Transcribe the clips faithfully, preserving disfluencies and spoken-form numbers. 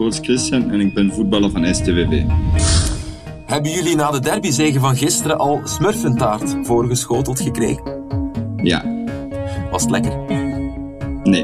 coach Christian en ik ben voetballer van S T V V. Hebben jullie na de derbyzege van gisteren al smurfentaart voorgeschoteld gekregen? Ja. Was het lekker? Nee.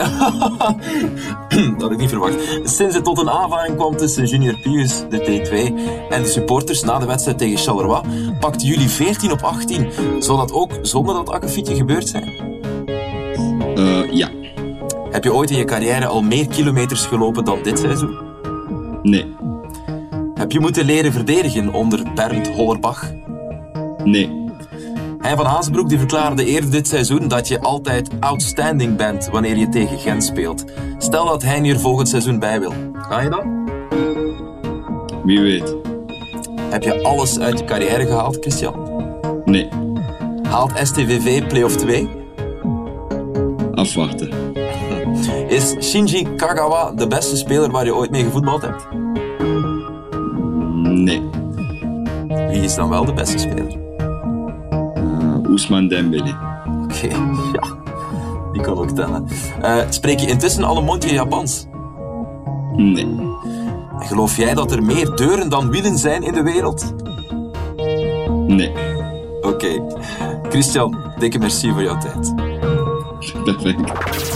Dat had ik niet verwacht. Sinds het tot een aanvaring kwam tussen Junior Pius, de T twee, en de supporters na de wedstrijd tegen Charleroi, pakten jullie veertien op achttien. Zou dat ook zonder dat akkefietje gebeurd zijn? Uh, ja. Heb je ooit in je carrière al meer kilometers gelopen dan dit seizoen? Nee. Heb je moeten leren verdedigen onder Bernd Hollerbach? Nee. Hein van Hazenbroek die verklaarde eerder dit seizoen dat je altijd outstanding bent wanneer je tegen Gent speelt. Stel dat Hein hier volgend seizoen bij wil. Ga je dan? Wie weet. Heb je alles uit je carrière gehaald, Christian? Nee. Haalt S T V V play-off twee? Afwachten. Is Shinji Kagawa de beste speler waar je ooit mee gevoetbald hebt? Nee. Wie is dan wel de beste speler? Uh, Ousmane Dembélé. Oké, okay, ja. Die kan ook tellen. Uh, spreek je intussen al een mondje Japans? Nee. En geloof jij dat er meer deuren dan wielen zijn in de wereld? Nee. Oké. Okay. Christian, dikke merci voor jouw tijd. Perfect.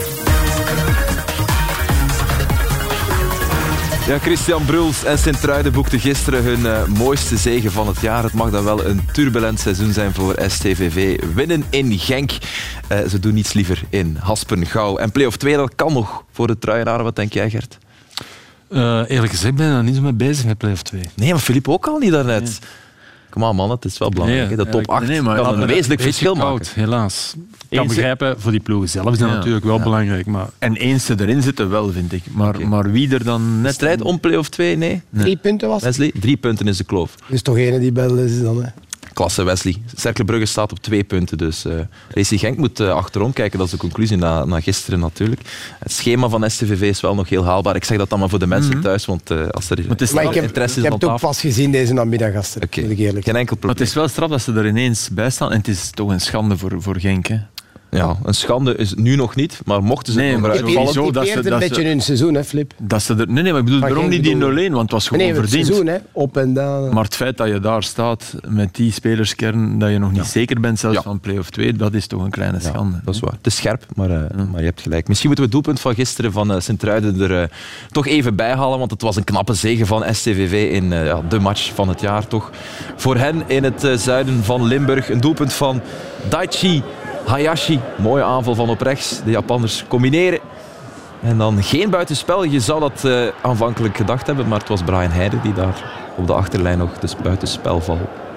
Ja, Christian Bruls en Sint-Truiden boekten gisteren hun uh, mooiste zege van het jaar. Het mag dan wel een turbulent seizoen zijn voor S T V V. Winnen in Genk. Uh, ze doen niets liever in Haspengouw. En play-off twee, dat kan nog voor de Truijenaren. Wat denk jij, Gert? Uh, eerlijk gezegd ben ik daar niet zo mee bezig met play-off twee. Nee, maar Filip ook al niet daarnet. Nee. Kom aan, man, het is wel belangrijk. Nee, de top acht nee, nee, kan een wezenlijk verschil maken. Koud, helaas. Ik kan begrijpen, voor die ploegen zelf is dat ja, natuurlijk wel ja. belangrijk. Maar... En eens ze erin zitten wel, vind ik. Maar, okay. maar wie er dan net... Strijd om play-off twee, nee? nee? Drie punten was het? Wesley, drie punten is de kloof. Er is toch ene die bel is dan, hè? Klasse, Wesley. Cercle Brugge staat op twee punten, dus uh, Racing Genk moet uh, achterom kijken. Dat is de conclusie na, na gisteren natuurlijk. Het schema van S T V V is wel nog heel haalbaar. Ik zeg dat dan maar voor de mensen mm-hmm. thuis, want uh, als er maar is maar ik heb, interesse is... Ik heb het ook pas gezien deze namiddag, gasten. Okay. Moet ik eerlijk Geen enkel probleem. Maar het is wel straf dat ze er ineens bij staan en het is toch een schande voor, voor Genk, hè? Ja, een schande is nu nog niet, maar mochten ze nee, nog eruit vallen... Die peert een beetje hun seizoen, hè, Flip? Dat ze er, nee, nee, maar ik bedoel maar daarom niet die nul-een, want het was gewoon nee, verdiend. Het seizoen, hè, op en down. Maar het feit dat je daar staat met die spelerskern, dat je nog niet ja. zeker bent zelfs ja. van play-off twee, dat is toch een kleine schande. Ja, dat is waar. Het is scherp, maar, uh, ja. maar je hebt gelijk. Misschien moeten we het doelpunt van gisteren van uh, Sint-Truiden er uh, toch even bij halen, want het was een knappe zege van S T V V in uh, ja, de match van het jaar, toch. Voor hen in het uh, zuiden van Limburg. Een doelpunt van Daichi Hayashi, mooie aanval van op rechts. De Japanners combineren. En dan geen buitenspel. Je zou dat uh, aanvankelijk gedacht hebben, maar het was Brian Heijden die daar op de achterlijn nog de buitenspelval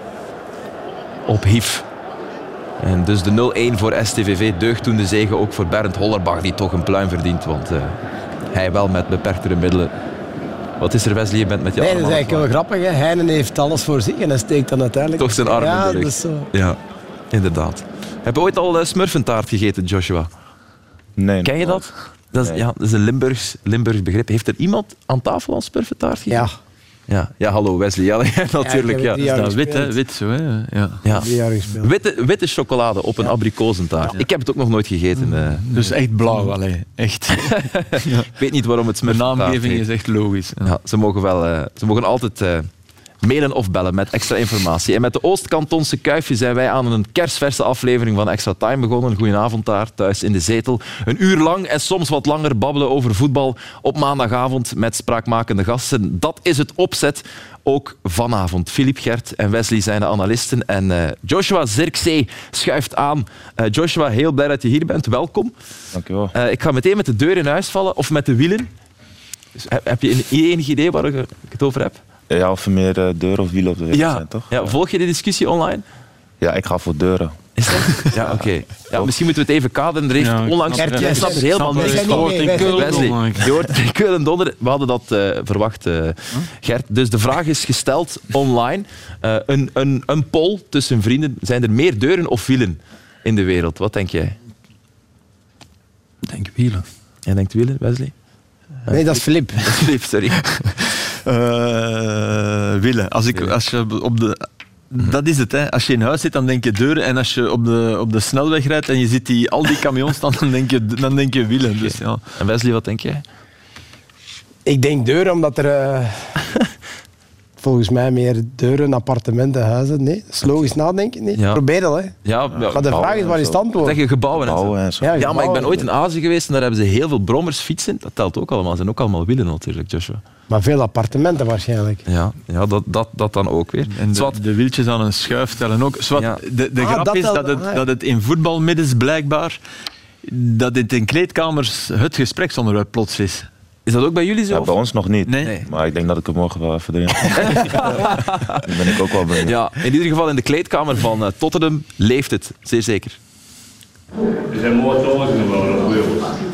ophief. En dus de nul-een voor S T V V deugt toen de zege ook voor Bernd Hollerbach, die toch een pluim verdient, want uh, hij wel met beperktere middelen. Wat is er, Wesley? Je bent met je nee, arm. Dat is eigenlijk wel grappig. Hè? Heijden heeft alles voor zich en hij steekt dan uiteindelijk... Toch zijn arm ja, in de rug. Dat is zo. Ja, inderdaad. Heb je ooit al uh, smurfentaart gegeten, Joshua? Nee. Ken je dat? Dat is, nee. ja, dat is een Limburgs, Limburgs begrip. Heeft er iemand aan tafel al smurfentaart gegeten? Ja. Ja, ja, hallo Wesley. Ja, natuurlijk. Ja, ja. Dat is wit, hè? Wit zo, hè? Ja. Ja. Witte, witte chocolade op een ja. abrikozentaart. Ja. Ik heb het ook nog nooit gegeten. Uh. Dus echt blauw, allee. Echt. Ja. Ik weet niet waarom het smurfentaart. De naamgeving is echt logisch. Ja. Ja, ze, mogen wel, uh, ze mogen altijd... Uh, mailen of bellen met extra informatie. En met de Oostkantonse Kuifje zijn wij aan een kersverse aflevering van Extra Time begonnen. Goedenavond daar, thuis in de zetel. Een uur lang en soms wat langer babbelen over voetbal op maandagavond met spraakmakende gasten. Dat is het opzet ook vanavond. Filip, Gert en Wesley zijn de analisten. En uh, Joshua Zirkzee schuift aan. Uh, Joshua, heel blij dat je hier bent. Welkom. Dank je wel. Uh, ik ga meteen met de deur in huis vallen, of met de wielen. Dus, heb, heb je enig idee waar ik het over heb? Ja, of er meer uh, deuren of wielen op de wereld ja. zijn, toch? Ja, volg je de discussie online? Ja, ik ga voor deuren. Is dat? Ja, oké. Okay. Ja, misschien moeten we het even kaderen. Er heeft ja, onlangs... Gert, jij snapt er helemaal niks van. Wesley, je hoort in Keulen donder. We hadden dat uh, verwacht, uh, Gert. Dus de vraag is gesteld online. Uh, een, een, een poll tussen vrienden. Zijn er meer deuren of wielen in de wereld? Wat denk jij? Ik denk wielen. Jij denkt wielen, Wesley? Uh, nee, dat is Filip. Dat is Filip, sorry. Uh, willen. Als, ik, als je op de... Dat is het, hè. Als je in huis zit, dan denk je deuren. En als je op de, op de snelweg rijdt en je ziet die, al die camions staan, dan denk je, dan denk je wielen. Dus, ja. En Wesley, wat denk jij? Ik denk deuren, omdat er uh, volgens mij meer deuren, appartementen, huizen. Nee, dat is logisch nadenken. Nee. Ja. Probeer dat, hè. Ja, ja, maar de vraag is, waar is het antwoord? Zeg je gebouwen en zo. Bouwen en zo. Ja, Ja, maar ik ben gebouwen. ooit in Azië geweest en daar hebben ze heel veel brommers, fietsen. Dat telt ook allemaal. Dat zijn ook allemaal wielen natuurlijk, Joshua. Maar veel appartementen waarschijnlijk. Ja, ja dat, dat, dat dan ook weer. En de, Zwat, de wieltjes aan een schuif tellen ook. Zwat, Ja. De, de Ah, grap dat is wel- dat het, ah, ja. dat het in voetbalmiddens blijkbaar dat dit in kleedkamers het gespreksonderwerp plots is. is dat ook bij jullie zo? Ja, bij ons nog niet. Nee? Nee. Maar ik denk dat ik er morgen wel even erin ga. Nu ben ik ook wel benieuwd. Ja, in ieder geval in de kleedkamer van uh, Tottenham leeft het, zeer zeker. Is there more doors in the world or wheels?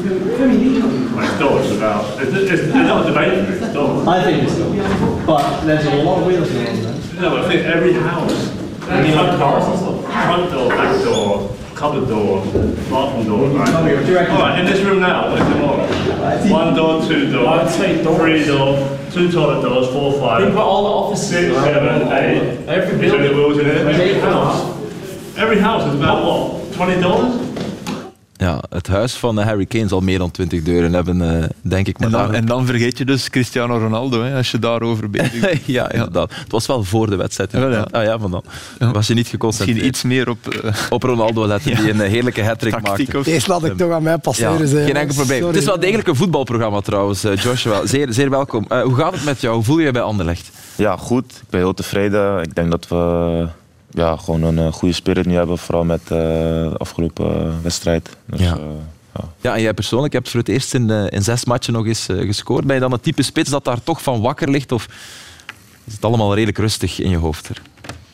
Well, it's doors about. It's, it's, it's not a debate for it, it's doors. I think so. But there's a lot of wheels around. No, but I think every house, front door, front door, back door, cupboard door, bathroom door, right? Alright, in this room now, what is it more? One door, two doors, three doors, two toilet doors, four, five. Think about all the offices. Six, seven, eight. Every Is there any building. wheels in it? Every house. Every house is about what? twenty dollars? Ja, het huis van uh, Harry Kane zal meer dan twintig deuren hebben, uh, denk ik. Maar En dan, daar- en dan vergeet je dus Cristiano Ronaldo, hè, als je daarover bezig bent. ja, inderdaad. Het was wel voor de wedstrijd. Ja, wel, ja. Ah ja, van dan. Ja. Was je niet geconcentreerd Misschien iets meer op uh, op Ronaldo letten, die een uh, heerlijke hat-trick maakte. tactiek of... Deze laat ik toch aan mij Ja, passeren. zeg. geen enkel probleem. Sorry. Het is wel degelijk een voetbalprogramma trouwens, uh, Joshua. Zeer, zeer welkom. Uh, hoe gaat het met jou? Hoe voel je je bij Anderlecht? Ja, goed. Ik ben heel tevreden. Ik denk dat we ja, gewoon een eh, goede spirit nu hebben. Vooral met eh, de afgelopen eh, wedstrijd. Dus, Ja. eh, ja. Ja, en jij persoonlijk hebt voor het eerst in, uh, in zes matchen nog eens uh, gescoord. Ben je dan het type spits dat daar toch van wakker ligt? Of is het allemaal redelijk rustig in je hoofd? Er?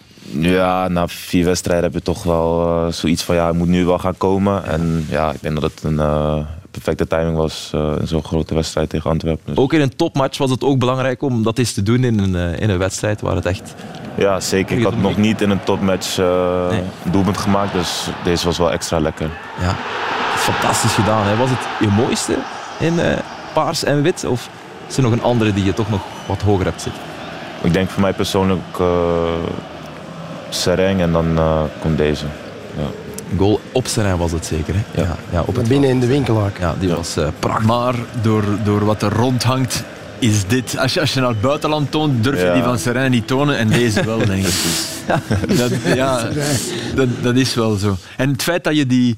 Ja, na vier wedstrijden heb je toch wel eh, zoiets van ja, het moet nu wel gaan komen. En ja, ik denk dat het een eh, perfecte timing was uh, in zo'n grote wedstrijd tegen Antwerpen. Dus, Ook in een topmatch was het ook belangrijk om dat eens te doen in een, uh, in een wedstrijd waar het echt... ja, zeker. Ik had nog niet in een topmatch uh, Nee. een doelpunt gemaakt, dus deze was wel extra lekker. Ja, fantastisch gedaan. Hè. Was het je mooiste in uh, paars en wit? Of is er nog een andere die je toch nog wat hoger hebt zitten? Ik denk voor mij persoonlijk uh, Sereng en dan uh, komt deze. Ja. Goal op Serijn was het zeker. Hè? Ja. Ja, op het Binnen in de winkelaak. Ja, die was uh, prachtig. Maar door, door wat er rondhangt, is dit... Als je, als je naar het buitenland toont, durf je Ja. die van Serijn niet tonen. En deze wel, denk ik. Dat, ja, dat, dat is wel zo. En het feit dat je die...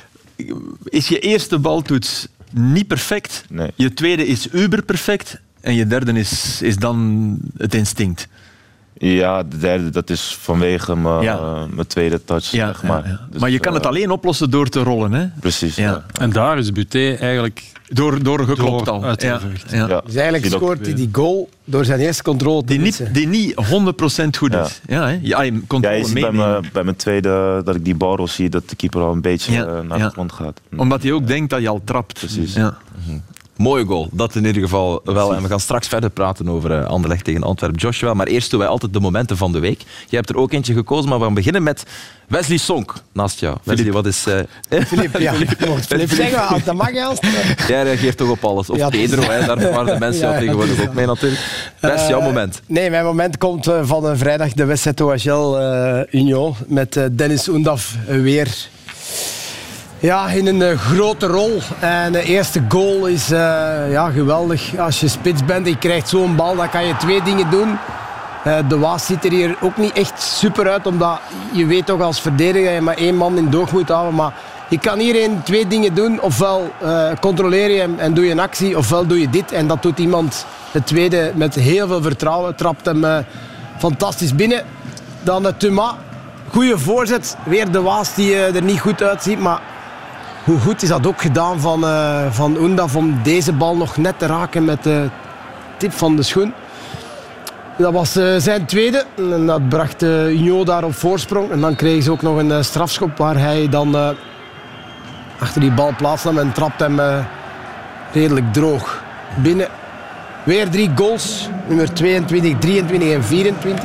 Is je eerste baltoets niet perfect. Nee. Je tweede is uber perfect. En je derde is, is dan het instinct. Ja, de derde, dat is vanwege mijn, Ja. uh, mijn tweede touch. Ja, zeg maar. ja, ja. Dus, maar je kan uh, het alleen oplossen door te rollen. Hè? Precies. Ja. Ja. En daar is Buté eigenlijk Door, door geklopt Door al. uit de Ja, vlucht. ja. Ja. Dus eigenlijk Zie je ook scoort hij die goal door zijn eerste controle te Die, missen. niet, die niet honderd procent goed Ja. is. Ja, hè? Ja, je Ja, controle je ziet bij meenemen. mijn, bij mijn tweede dat ik die bal zie dat de keeper al een beetje Ja, uh, naar ja. de grond gaat. Omdat hij ook denkt dat je al trapt. Precies. Ja. Mooie goal, dat in ieder geval wel. En we gaan straks verder praten over uh, Anderlecht tegen Antwerpen. Joshua, maar eerst doen wij altijd de momenten van de week. Jij hebt er ook eentje gekozen, maar we gaan beginnen met Wesley Sonk naast jou. Wesley, wat is... Uh... Filip, ja. Je mocht Filip zeggen, als dat mag, Jans. Jij reageert toch op alles. Of Ja, het is- Pedro, hè, daar waren de mensen Ja, jou tegenwoordig het is ook mee natuurlijk. Best jouw Eh, moment. Nee, mijn moment komt uh, van uh, vrijdag de wedstrijd O H L uh, Union met uh, Dennis Oendaf uh, weer ja, in een uh, grote rol. En de eerste goal is uh, ja, geweldig. Als je spits bent en je krijgt zo'n bal, dan kan je twee dingen doen. Uh, de Waas ziet er hier ook niet echt super uit, omdat je weet toch als verdediger dat je maar één man in doog moet houden. Maar je kan hierin twee dingen doen. Ofwel uh, controleer je hem en doe je een actie, ofwel doe je dit. En dat doet iemand, de tweede, met heel veel vertrouwen. Trapt hem uh, fantastisch binnen. Dan uh, Thomas, goede voorzet. Weer de Waas die uh, er niet goed uitziet, maar hoe goed is dat ook gedaan van, uh, van Oendaf om deze bal nog net te raken met de tip van de schoen. Dat was uh, zijn tweede en dat bracht uh, Union daar op voorsprong. En dan kregen ze ook nog een uh, strafschop waar hij dan uh, achter die bal plaatsnam en trapt hem uh, redelijk droog binnen. Weer drie goals, nummer tweeëntwintig, drieëntwintig en vierentwintig.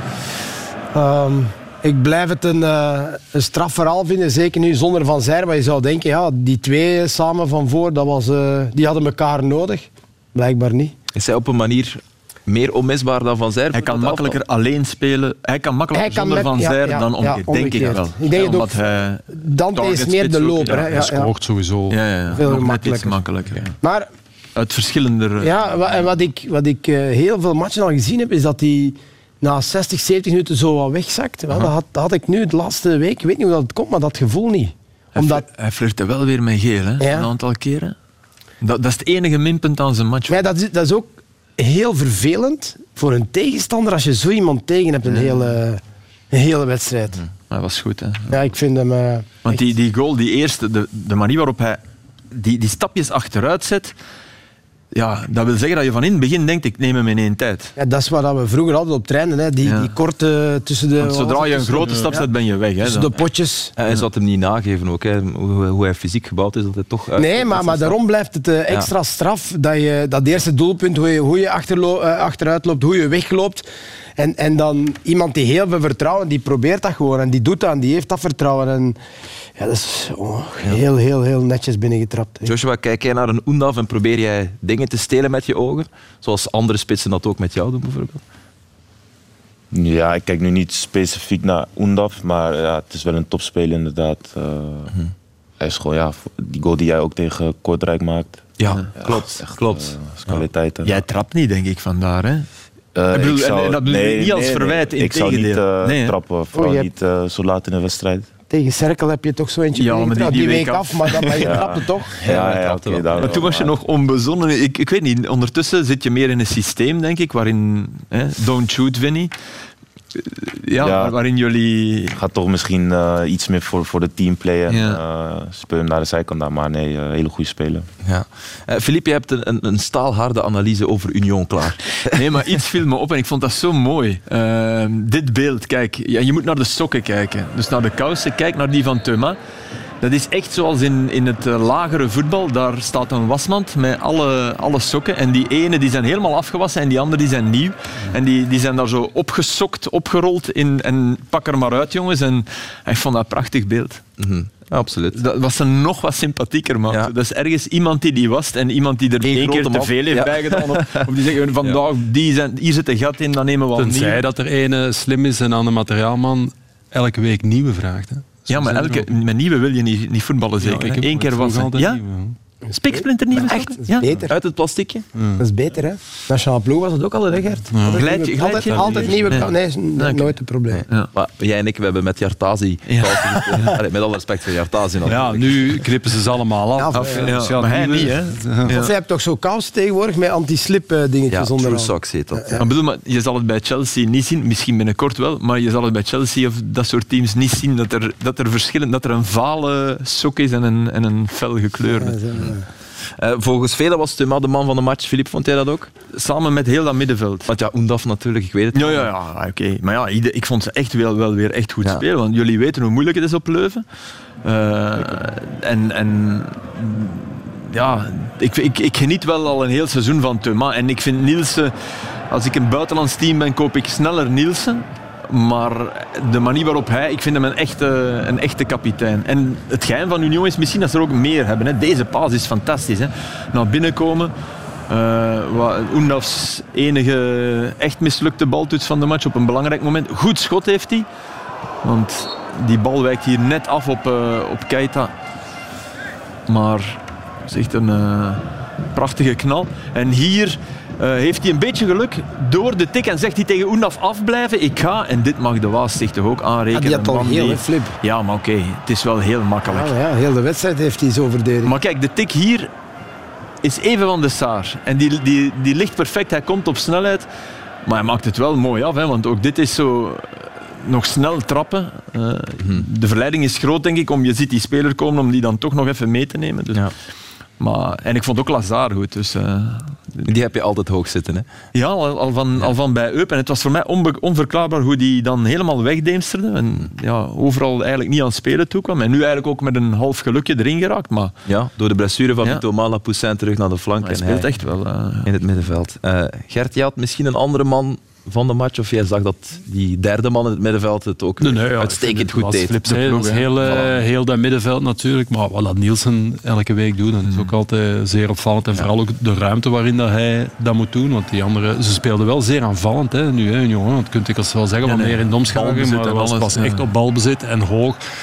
Ja. Um, ik blijf het een, uh, een strafverhaal vinden, zeker nu zonder Van Zijr. Maar je zou denken, ja, die twee samen van voor, dat was, uh, die hadden elkaar nodig. Blijkbaar niet. Is hij op een manier meer onmisbaar dan Van Zijr? Hij kan makkelijker alleen spelen. Hij kan makkelijker Hij kan zonder met- Van ja, Zijr ja, dan ja, omgekeerd, denk ik omgekeerd. wel. Ik denk Ja, het ook. omdat hij Dante is meer de targetspits ook- loper. ja, hè. Hij Ja, ja. scoort sowieso. Ja, ja, ja. Veel Nog net iets makkelijker. makkelijker. Ja. Maar uit verschillende... Ja, wa- en wat ik, wat ik uh, heel veel matchen al gezien heb, is dat hij na zestig, zeventig minuten zo wat wegzakt. Wel, dat, had, dat had ik nu de laatste week, ik weet niet hoe dat het komt, maar dat gevoel niet. Omdat... Hij, hij flirte wel weer met geel, hè? Ja. Een aantal keren. Dat, dat is het enige minpunt aan zijn match. Maar dat, is, dat is ook heel vervelend voor een tegenstander als je zo iemand tegen hebt een, ja. hele, een hele wedstrijd. Ja, hij was goed, hè? Ja, ik vind hem... Uh, Want die, die goal, die eerste, de, de manier waarop hij die, die stapjes achteruit zet, ja, dat wil zeggen dat je van in het begin denkt, ik neem hem in één tijd. Ja, dat is wat we vroeger hadden op trainen, hè. Die, Ja. die korte tussen de... Want zodra je een grote stap zet, ben je weg. Hè, tussen dan. de potjes. Hij zou hem niet nageven ook, hè. Hoe, hoe hij fysiek gebouwd is, dat hij toch... uit- Nee, maar, maar daarom blijft het uh, extra straf dat je dat eerste doelpunt, hoe je, hoe je achterlo- uh, achteruit loopt, hoe je wegloopt. En, en dan iemand die heel veel vertrouwen, die probeert dat gewoon en die doet dat en die heeft dat vertrouwen. En ja, dat is oh, heel, heel, heel netjes binnengetrapt. Hè. Joshua, kijk jij naar een Undaf en probeer jij dingen te stelen met je ogen? Zoals andere spitsen dat ook met jou doen, bijvoorbeeld? Ja, ik kijk nu niet specifiek naar Undaf, maar ja, het is wel een topspeler inderdaad. Uh, mm-hmm. Hij is gewoon, ja, die goal die jij ook tegen Kortrijk maakt. Ja, ja klopt. Echt, klopt. Uh, kwaliteiten. Jij trapt niet, denk ik, vandaar, hè? Uh, ik bedoel, ik zou, en dat bedoel nee, niet als nee, verwijt, nee. in Ik zou niet uh, nee, trappen, vooral oh, je niet uh, zo laat in de wedstrijd. Tegen Cerkel heb je toch zo eentje ja, maar die, die, die die week week af, maar dan ben je ja. trapte toch? Ja, ja, ja okay, okay, maar toen was je nog onbezonnen. Ik, ik weet niet, ondertussen zit je meer in een systeem, denk ik, waarin... Hè, don't shoot, Vinnie. Ja, ja, waarin jullie... gaat toch misschien uh, iets meer voor, voor de teamplay en ja. uh, spelen naar de zijkant daar, maar nee, uh, hele goede speler. Ja. Uh, Philippe, je hebt een, een, een staalharde analyse over Union klaar. Nee, maar iets viel me op en ik vond dat zo mooi. Uh, dit beeld, kijk, ja, je moet naar de sokken kijken. Dus naar de kousen, kijk naar die van Thomas. Dat is echt zoals in, in het uh, lagere voetbal. Daar staat een wasmand met alle, alle sokken. En die ene die zijn helemaal afgewassen en die andere die zijn nieuw. En die, die zijn daar zo opgesokt, opgerold. In, en pak er maar uit, jongens. En ik vond dat een prachtig beeld. Mm-hmm. Ja, absoluut. Dat was ze nog wat sympathieker maakte. Ja. Dat is ergens iemand die die wast en iemand die er Eén één keer grote te man. veel heeft Ja. bijgedaan. Of, of die zeggen, vandaag, die zijn, hier zit een gat in, dan nemen we al Tenzij nieuw. dat er ene slim is en aan de materiaalman elke week nieuwe vraagt. Hè. Ja, maar elke, met nieuwe wil je niet, niet voetballen, zeker. Ja, hè? Eén keer was het. altijd Ja? nieuwe. Spiksplinter nieuwe Echt? sokken? Dat is Ja? beter. Uit het plasticje? Dat is beter, hè? Nationale ploeg was het ook altijd, hè, Gert? Ja. Altijd Glijdje- nieuwe- glijdje? altijd, altijd nieuwe... Nee. Nee, nee, is n- oké. nooit een probleem. Ja. Maar jij en ik, we hebben met Jartazi Ja. pauze gespeeld. Allee, met alle respect voor Jartazi Ja, natuurlijk. nu knippen ze ze allemaal af. Ja, Af, ja. dus ja, Maar hij nieuwe- niet, hè? Ja. Of je hebt toch zo kousen tegenwoordig met anti-slip uh, dingetjes Ja, onder true aan. socks heet dat. Maar bedoel, maar je zal het bij Chelsea niet zien, misschien binnenkort wel, maar je zal het bij Chelsea of dat soort teams niet zien dat er, dat er verschillen, dat er een vale sok is en een, en een fel gekleurde. Ja, zo, ja. Uh, volgens velen was Thomas de man van de match. Philippe, vond jij dat ook? Samen met heel dat middenveld. Want ja, Undaf natuurlijk, ik weet het. Ja, ja, ja, oké. Maar ja, ieder- ik vond ze echt wel, wel weer echt goed Ja. spelen. Want jullie weten hoe moeilijk het is op Leuven. Uh, en, en ja, ik, ik, ik geniet wel al een heel seizoen van Thomas. En ik vind Nielsen, als ik een buitenlands team ben, koop ik sneller Nielsen. Maar de manier waarop hij, ik vind hem een echte, een echte kapitein. En het geheim van Union is misschien dat ze er ook meer hebben. Hè. Deze paas is fantastisch. Hè. Naar binnen komen. Uh, Undaf's enige echt mislukte baltoets van de match op een belangrijk moment. Goed schot heeft hij. Want die bal wijkt hier net af op, uh, op Keita. Maar het is echt een uh, prachtige knal. En hier uh, heeft hij een beetje geluk door de tik en zegt hij tegen Undaf afblijven. Ik ga. En dit mag de Waas zich toch ook aanrekenen. Ah, die had al Man heel die- een flip. Ja, maar oké. Okay, het is wel heel makkelijk. Ja, ja, heel de wedstrijd heeft hij zo verdedigd. Maar kijk, de tik hier is even van de Saar. En die, die, die ligt perfect. Hij komt op snelheid. Maar hij maakt het wel mooi af. Hè, want ook dit is zo... Nog snel trappen. Uh, de verleiding is groot, denk ik, om je ziet die speler komen om die dan toch nog even mee te nemen. Dus. Ja. Maar, en ik vond ook Lazar goed. Dus, uh, Die heb je altijd hoog zitten, hè? ja, al, al, van, al van bij Eupen. En het was voor mij onbe- onverklaarbaar hoe die dan helemaal wegdeemsterde. En ja, overal eigenlijk niet aan het spelen toekwam. En nu eigenlijk ook met een half gelukje erin geraakt. Maar Ja, door de blessure van Ja. Thomas Lapoussin terug naar de flank. hij en speelt hij echt wel. Uh, in het middenveld. Uh, Gert, je had misschien een andere man van de match, of jij zag dat die derde man in het middenveld het ook Nee, nee, ja, uitstekend ik vind goed het, deed. Flip zei, dat is heel, uh, heel dat middenveld natuurlijk. Maar wat dat Nielsen elke week doet, dat is ook altijd zeer opvallend. En Ja. vooral ook de ruimte waarin dat hij dat moet doen. Want die anderen, ze speelden wel zeer aanvallend hè, nu, hè, jongen. Dat kun je wel zeggen, Ja, wat nee. meer in de omschakeling. Balbezit Maar en dat was, alles, was ja. echt op balbezit en hoog.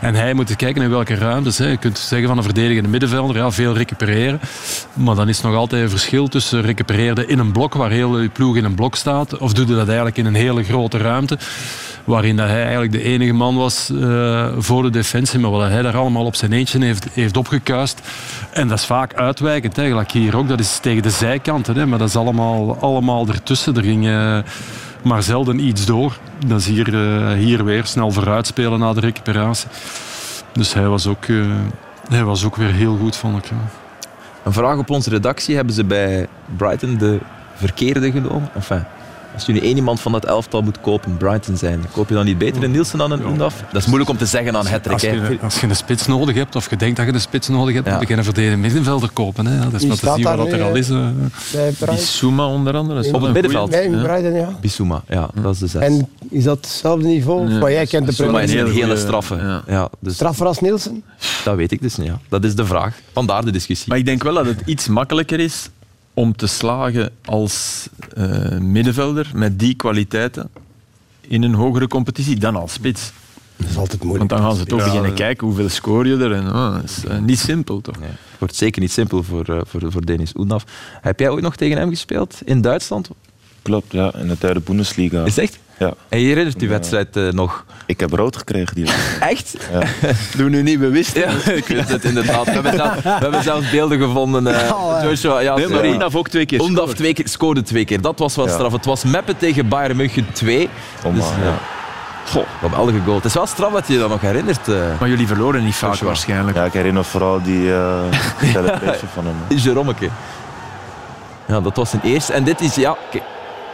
En hij moet kijken in welke ruimtes. Hè. Je kunt zeggen van een verdedigende middenvelder, ja, veel recupereren. Maar dan is nog altijd een verschil tussen recupereren in een blok, waar heel je ploeg in een blok staat, of doe je dat eigenlijk in een hele grote ruimte, waarin dat hij eigenlijk de enige man was uh, voor de defensie, maar wat hij daar allemaal op zijn eentje heeft, heeft opgekuist. En dat is vaak uitwijkend, hè. Gelijk hier ook, dat is tegen de zijkanten, hè. Maar dat is allemaal, allemaal ertussen. Er ging uh, maar zelden iets door. Dat is hier, uh, hier weer snel vooruitspelen na de recuperatie. Dus hij was ook, uh, hij was ook weer heel goed, vond ik. Ja. Een vraag op onze redactie. Hebben ze bij Brighton de verkeerde genomen? Enfin, als je nu één iemand van dat elftal moet kopen, Brighton zijn, koop je dan niet beter een Nielsen dan een ja. Undaf? Dat is moeilijk om te zeggen aan Hattrick. Als je, als je een spits nodig hebt, of je denkt dat je een spits nodig hebt, ja. moet je een verdedigende middenvelder kopen. Hè. Dat is maar te zien wat er al is. Uh. Bissouma onder andere. Op het middenveld. Nee, in Brighton, ja. Bissouma, ja, dat is de zes. En is dat hetzelfde niveau? Nee, maar jij kent de Bissouma is een hele straffe. Ja. Ja, dus straffer als Nielsen? Dat weet ik dus niet. Ja. Dat is de vraag. Vandaar de discussie. Maar ik denk wel dat het iets makkelijker is om te slagen als uh, middenvelder met die kwaliteiten in een hogere competitie dan als spits. Dat is altijd moeilijk. Want dan gaan ze toch ja, beginnen ja. kijken hoeveel scoor je er. En, oh, dat is uh, niet simpel, toch? Nee, het wordt zeker niet simpel voor, uh, voor, voor Denis Undaf. Heb jij ooit nog tegen hem gespeeld in Duitsland? Klopt, ja. In de derde Bundesliga. Is het echt? Ja. En je herinnert die wedstrijd uh, nog? Ik heb rood gekregen. Die echt? Ja. Doe nu niet bewust. Ja, ik weet het inderdaad. We hebben, zelf, we hebben zelfs beelden gevonden. Uh, oh, Joshua, ja, nee, maar Undaf ook twee keer scoorde. Undaf twee keer, scoorde twee keer. Dat was wel ja. straf. Het was Meppen tegen Bayern München twee. Oh, dus, man, ja. ja. Goh, geweldige goal. Het is wel straf dat je je dat nog herinnert. Uh. Maar jullie verloren niet vaak Joshua. Waarschijnlijk. Ja, ik herinner vooral die uh, celebration van hem. Jeromeke. Ja, dat was zijn eerste. En dit is, ja... Kijk.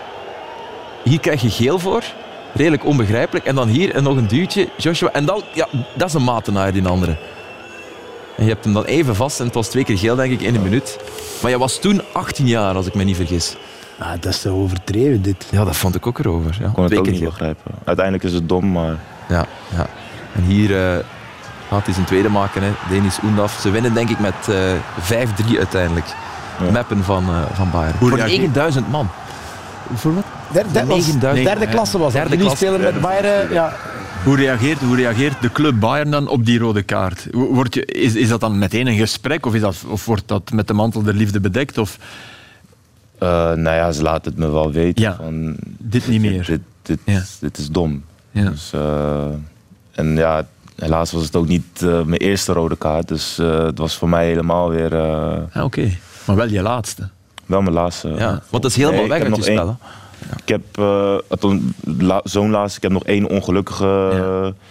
Hier krijg je geel voor. Redelijk onbegrijpelijk. En dan hier nog een duwtje, Joshua. En dan, ja, dat is een matenaar, die andere. En je hebt hem dan even vast. En het was twee keer geel, denk ik, in een minuut. Maar je was toen achttien jaar, als ik me niet vergis. Ah, dat is te overdreven, dit. Ja, dat vond ik ook erover. Ja. Ik kon het twee ook keer niet geel. begrijpen. Uiteindelijk is het dom, maar... Ja, ja. En hier uh, gaat hij zijn tweede maken, hè. Denis Undaf. Ze winnen, denk ik, met uh, vijf drie uiteindelijk. Ja. Meppen van, uh, van Bayern. Hoe Voor negenduizend man. Voor wat? Der, der, derde, derde klasse was het. Derde klasse. Spelen met Bayern, ja. Hoe reageert, hoe reageert de club Bayern dan op die rode kaart? Word je, is, is dat dan meteen een gesprek of, is dat, of wordt dat met de mantel der liefde bedekt? Of... Uh, nou ja, ze laten het me wel weten. Ja, van, dit niet meer. Dit, dit, ja. dit is dom. Ja. Dus, uh, en ja, helaas was het ook niet uh, mijn eerste rode kaart. Dus uh, het was voor mij helemaal weer... Uh, ah, Oké, okay. Maar wel je laatste. Wel mijn laatste. Ja, want dat is helemaal nee, weg uit je spel. Één, ja. Ik heb uh, zo'n laatste, ik heb nog één ongelukkige ja. uh,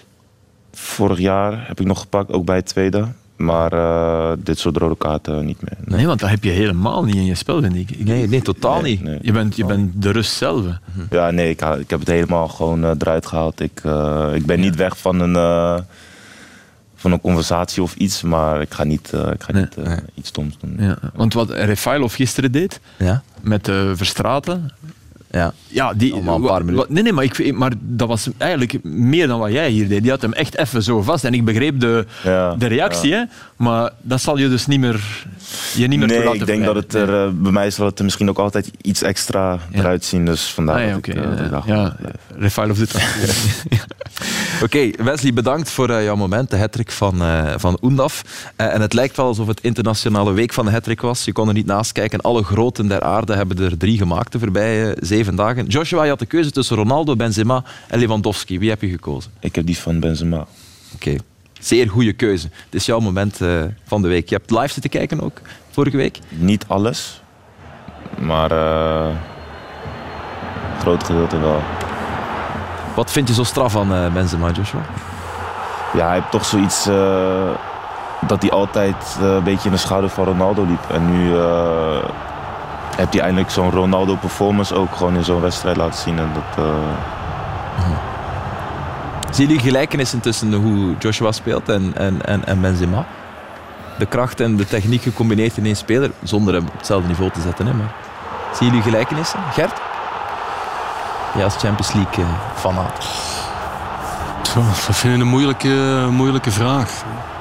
vorig jaar heb ik nog gepakt, ook bij het tweede. Maar uh, dit soort rode kaarten niet meer. Nee, want dat heb je helemaal niet in je spel, vind ik. Nee, nee totaal nee, niet. Nee. Je, bent, je bent de rust zelf. Ja, nee, ik, ik heb het helemaal gewoon uh, eruit gehaald. Ik, uh, ik ben ja. niet weg van een, uh, van een conversatie of iets, maar ik ga niet, uh, ik ga nee. niet uh, nee. iets stoms doen. Ja. Want wat Refailov gisteren deed, ja. met uh, Verstraeten... Ja, ja die, allemaal een paar minuten. Nee, nee maar, ik, maar dat was eigenlijk meer dan wat jij hier deed. Die had hem echt even zo vast. En ik begreep de, ja, de reactie, ja. hè? Maar dat zal je dus niet meer, je niet meer nee, laten ik denk vrij. dat het er, uh, bij mij zal het er misschien ook altijd iets extra ja. eruit zien. Dus vandaar ah, ja, dat okay. ik uh, ja, dacht... Ja, Refailov doet dat. Oké, okay, Wesley, bedankt voor uh, jouw moment. De hattrick van, uh, van Undaf. Uh, en het lijkt wel alsof het internationale week van de hattrick was. Je kon er niet naast kijken. Alle groten der aarde hebben er drie gemaakt de voorbije uh, zeven dagen. Joshua, je had de keuze tussen Ronaldo, Benzema en Lewandowski. Wie heb je gekozen? Ik heb die van Benzema. Oké, okay. Zeer goede keuze. Het is jouw moment uh, van de week. Je hebt live zitten kijken ook, vorige week? Niet alles, maar uh, groot gedeelte wel. Wat vind je zo straf aan uh, Benzema, Joshua? Ja, hij heeft toch zoiets uh, dat hij altijd uh, een beetje in de schaduw van Ronaldo liep. En nu uh, heeft hij eindelijk zo'n Ronaldo-performance ook gewoon in zo'n wedstrijd laten zien. En dat, uh... uh-huh. Zie je gelijkenissen tussen hoe Joshua speelt en, en, en, en Benzema? De kracht en de techniek gecombineerd in één speler, zonder hem op hetzelfde niveau te zetten. Hè, maar... Zie je gelijkenissen? Gert? Ja, als Champions League uh, fanaat. Dat vind ik een moeilijke, moeilijke vraag.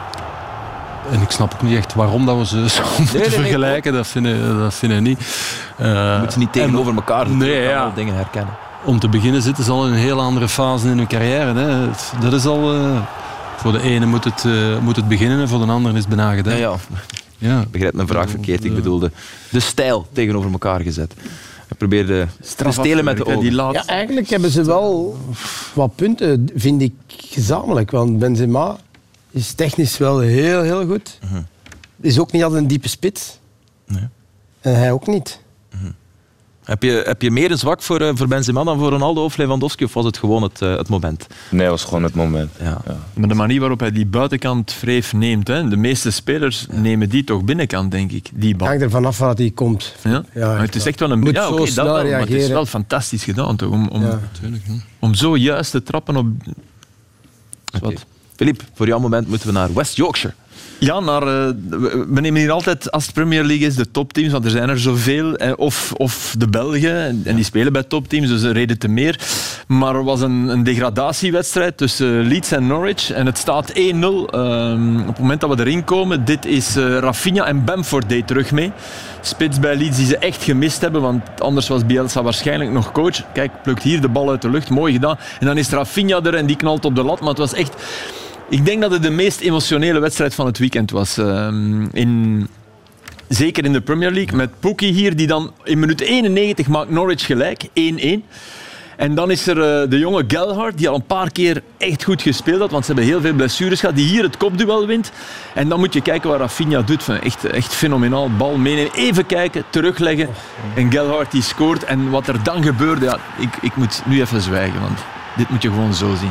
En ik snap ook niet echt waarom dat we ze zo moeten nee, nee, vergelijken. Nee, dat, vind ik, dat vind ik niet. Uh, je moet ze niet tegenover en, elkaar zetten. Nee, ja. dingen herkennen. Om te beginnen zitten ze al in een hele andere fase in hun carrière. Hè. Dat is al, uh, voor de ene moet het, uh, moet het beginnen en voor de andere is het bijna gedaan. Ja, ja. Ja. Ik begrijp mijn vraag verkeerd. Ik bedoelde de stijl tegenover elkaar gezet. Ik probeerde te stelen met de ogen. Die laat... Ja, eigenlijk hebben ze wel wat punten, vind ik, gezamenlijk. Want Benzema is technisch wel heel, heel goed. Uh-huh. Is ook niet altijd een diepe spits. Nee. En hij ook niet. Uh-huh. Heb je, heb je meer een zwak voor, uh, voor Benzema dan voor Ronaldo of Lewandowski? Of was het gewoon het, uh, het moment? Nee, het was gewoon het moment. Ja. Ja. Maar de manier waarop hij die buitenkant wreef neemt, hè, de meeste spelers ja. nemen die toch binnenkant, denk ik. Die bal. Hangt er vanaf waar hij komt. Ja? Ja, maar het is echt wel een... Ja, okay, dat wel, maar het is wel fantastisch gedaan, toch? Om, om, ja. om zo juist te trappen op... Okay. Philippe, voor jouw moment moeten we naar West Yorkshire. Ja, naar, uh, we nemen hier altijd, als het Premier League is, de topteams, want er zijn er zoveel. Eh, of, of de Belgen, en, en die spelen bij topteams, dus een reden te meer. Maar er was een, een degradatiewedstrijd tussen Leeds en Norwich. En het staat één nul. Um, op het moment dat we erin komen, dit is uh, Rafinha en Bamford deed terug mee. Spits bij Leeds die ze echt gemist hebben, want anders was Bielsa waarschijnlijk nog coach. Kijk, plukt hier de bal uit de lucht, mooi gedaan. En dan is Rafinha er en die knalt op de lat, maar het was echt... Ik denk dat het de meest emotionele wedstrijd van het weekend was. Uh, in, zeker in de Premier League. Met Pukki hier, die dan in minuut eenennegentig maakt Norwich gelijk. één-één. En dan is er uh, de jonge Gelhardt, die al een paar keer echt goed gespeeld had. Want ze hebben heel veel blessures gehad. Die hier het kopduel wint. En dan moet je kijken wat Rafinha doet. Echt, echt fenomenaal. Bal meenemen. Even kijken, terugleggen. En Gelhardt die scoort. En wat er dan gebeurde... Ja, ik, ik moet nu even zwijgen. Want dit moet je gewoon zo zien.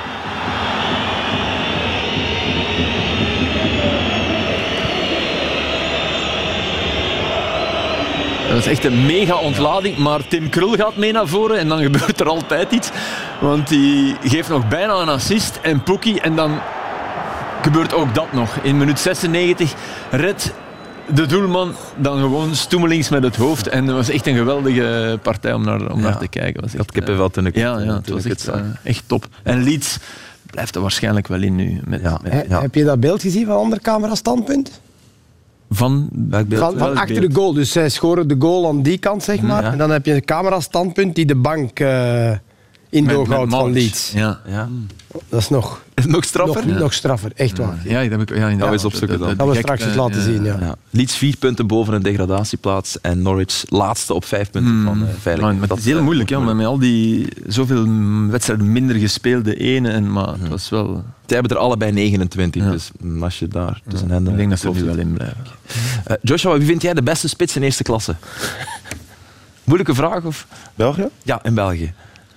Dat is echt een mega ontlading, maar Tim Krul gaat mee naar voren en dan gebeurt er altijd iets. Want die geeft nog bijna een assist en Pukki en dan gebeurt ook dat nog. In minuut zesennegentig redt de doelman dan gewoon stoemelings met het hoofd en het was echt een geweldige partij om naar, om ja. naar te kijken. Was echt, dat kippenvel toen ik ja, ja, het was echt, uh, echt top. En Leeds blijft er waarschijnlijk wel in nu. Met, ja. met, ja. Heb je dat beeld gezien van ander camera standpunt? Van, van, van achter beeld? De goal. Dus zij scoren de goal aan die kant, zeg maar. Ja. En dan heb je een camerastandpunt die de bank uh, in doorhoudt van Leeds. Ja. Ja. Dat is nog... Is het nog straffer? Nog, ja. nog straffer, echt waar. Ja, dat heb ik... Ja, dat is opzoeken dan. Dat gaan we straks eens laten ja. zien, ja. ja. Leeds vier punten boven een degradatieplaats en Norwich laatste op vijf punten hmm. van uh, veiligheid. Maar het is heel moeilijk, ja, met al die zoveel wedstrijden minder gespeelde ene, en, maar het was wel... Zij hebben er allebei negenentwintig, ja. dus als je daar tussen ja. hen... Ik denk dat ze er nu wel in blijven. Uh, Joshua, wie vind jij de beste spits in eerste klasse? Moeilijke vraag, of? België? Ja, in België.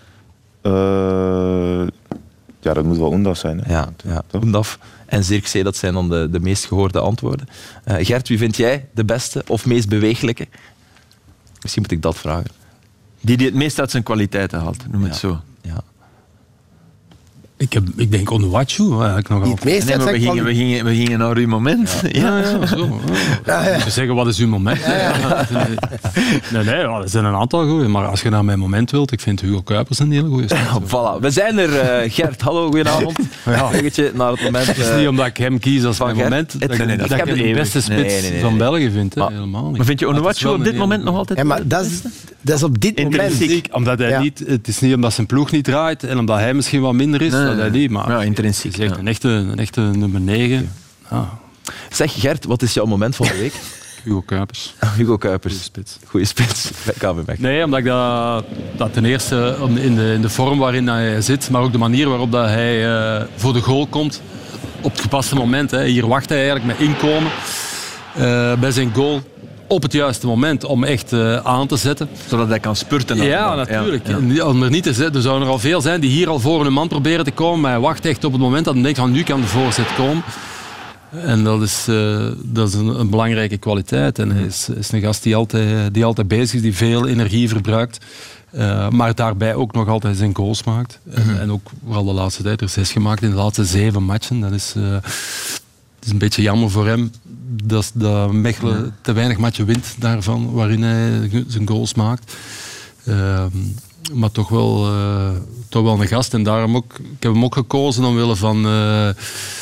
Uh, ja, dat moet wel Undaf zijn. Hè? Ja, ja. Undaf en Zirkzee, dat zijn dan de, de meest gehoorde antwoorden. Uh, Gert, wie vind jij de beste of meest bewegelijke? Misschien moet ik dat vragen. Die die het meest uit zijn kwaliteiten haalt, noem het ja. zo. Ja. Ik, heb, ik denk Onuachu eigenlijk nog altijd. Nee, maar we, gingen, we, gingen, we gingen naar uw moment. Ja, ja, ja, ja zo. Ja, ja. Zeggen, wat is uw moment? Ja, ja. Nee, nee, ja, er zijn een aantal goeie. Maar als je naar mijn moment wilt, ik vind Hugo Kuipers een hele goeie. Ja, voilà. We zijn er, uh, Gert. Hallo, goedenavond. Ja. Weggetje naar het moment. Uh, het is niet omdat ik hem kies als mijn Gert, moment, het, dat, nee, nee, dat, dat ik hem de beste spits nee, nee, nee, van België vind. Hè, helemaal niet. Maar vind je Onuachu op dit moment nog altijd... Ja, maar dat is, dat is op dit moment... Omdat hij niet, het is niet omdat zijn ploeg niet draait en omdat hij misschien wat minder is, dat hij niet... Maar ja, intrinsiek. Ja. Een, echte, een echte nummer negen. Ja. Zeg Gert, wat is jouw moment van de week? Hugo Kuipers. Hugo Kuipers. Goeie spits. Goeie spits. K V B. Nee, omdat ik dat, dat ten eerste in de, in de vorm waarin hij zit, maar ook de manier waarop dat hij uh, voor de goal komt. Op het gepaste moment. Hè. Hier wacht hij eigenlijk met inkomen uh, bij zijn goal. Op het juiste moment om echt uh, aan te zetten. Zodat hij kan spurten. Ja, natuurlijk. Ja, ja. Om er niet te zetten. Er zouden er al veel zijn die hier al voor hun man proberen te komen. Maar hij wacht echt op het moment dat hij denkt van nu kan de voorzet komen. En dat is, uh, dat is een, een belangrijke kwaliteit. En hij is, is een gast die altijd, die altijd bezig is, die veel energie verbruikt. Uh, maar daarbij ook nog altijd zijn goals maakt. Mm-hmm. En, en ook vooral de laatste tijd er zes gemaakt in de laatste zeven matchen. Dat is... Uh, Het is een beetje jammer voor hem dat, dat Mechelen ja. te weinig matchen wint daarvan, waarin hij zijn goals maakt. Uh, maar toch wel, uh, toch wel een gast. En daarom ook, ik heb hem ook gekozen omwille van uh,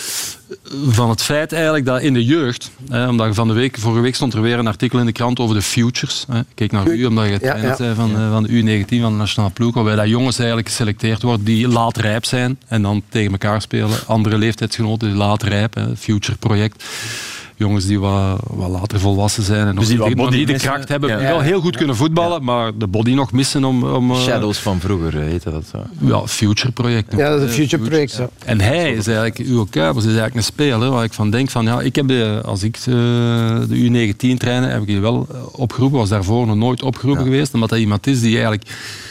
van het feit eigenlijk dat in de jeugd, hè, omdat je van de week, vorige week stond er weer een artikel in de krant over de futures. Hè. Kijk naar u, omdat je het Ja, trainer ja. zei van, uh, van de U negentien van de nationale ploeg, waarbij dat jongens eigenlijk geselecteerd worden die laat rijp zijn en dan tegen elkaar spelen. Andere leeftijdsgenoten die laat rijp, hè, future project. Jongens die wat, wat later volwassen zijn en nog die wat niet, nog body niet de missen. kracht hebben, Ja. die wel heel goed kunnen voetballen, maar de body nog missen om... om uh, Shadows van vroeger heette dat zo. ja, future project. Ja, dat is een future project. Zo. En hij is eigenlijk, Hugo Kuipers is eigenlijk een speler waar ik van denk van, ja, ik heb de, als ik uh, de U negentien trainde, heb ik die wel opgeroepen, was daarvoor nog nooit opgeroepen ja. geweest, omdat hij iemand is die eigenlijk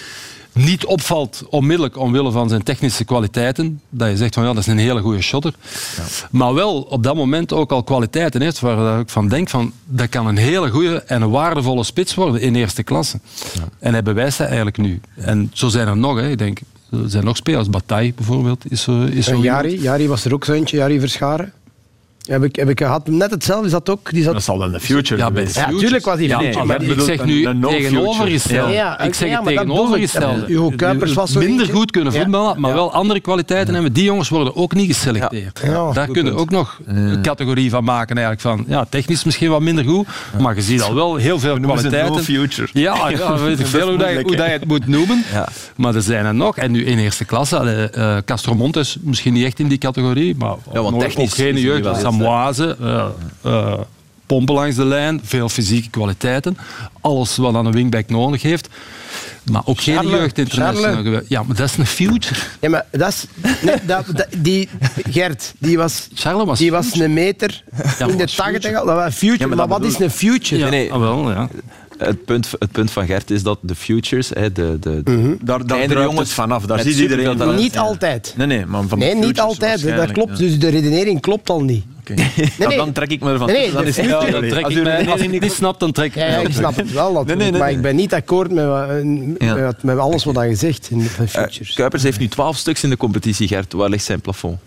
niet opvalt onmiddellijk omwille van zijn technische kwaliteiten. Dat je zegt van ja, dat is een hele goede shotter. Ja. Maar wel op dat moment ook al kwaliteiten heeft waar ik van denk van dat kan een hele goede en een waardevolle spits worden in eerste klasse. Ja. En hij bewijst dat eigenlijk nu. En zo zijn er nog, hè. Ik denk, er zijn nog spelers. Bataille bijvoorbeeld is zo, is zo Jari, Jari was er ook zo eentje, Jari Verscharen. Heb ik, heb ik gehad, net hetzelfde, is dat ook? Die zat... Dat zal dan de future ja, bij de ja, tuurlijk was hij ja, future. maar Maar ik die, zeg nu tegenovergesteld. Ja, ik zeg ja, het maar dat tegenovergestelde. Hugo Kuipers was zo minder eentje. goed kunnen voetballen, ja. maar wel andere kwaliteiten hebben. Die jongens worden ook niet geselecteerd. Ja. Ja, daar kunnen we ook nog een categorie van maken eigenlijk van. Ja, technisch misschien wat minder goed, maar je ziet al wel heel veel kwaliteiten. No future. Ja, ja, weet ik veel hoe, dat je, hoe dat je het moet noemen. Ja. Maar er zijn er nog. En nu in eerste klasse, uh, Castro Montes misschien niet echt in die categorie, maar ja, want technisch ook geen jeugd. Samoise. Uh, Uh, pompen langs de lijn, veel fysieke kwaliteiten, alles wat aan een wingback nodig heeft, maar ook geen Charles, jeugd international. Ja, maar dat is een future. Ja, maar dat is... Nee, dat, dat, die, Gert, die was, Charles was, die was een meter ja, in de tachtig. Dat was future, ja, maar, maar wat is een future? Ja, nee, nee. Ah, wel, ja. Het punt, het punt van Gert is dat de futures, hè, de, de, de mm-hmm. daar, daar jongens jongens vanaf. Daar ziet iedereen dat. Niet ja. altijd. Nee, nee, maar van nee niet altijd. Dat klopt. Ja. Dus de redenering klopt al niet. Okay. Nee, nee. Ja, dan trek ik me ervan. Nee, nee, dan is het ja, dan trek ik mij, als ik het niet snap, dan trek ik ja, ja, ik snap het wel natuurlijk, nee, nee, nee, maar ik ben niet akkoord met, ja. met, met alles wat hij gezegd in de futures. Uh, Kuipers heeft nu twaalf stuks in de competitie, Gert. Waar ligt zijn plafond?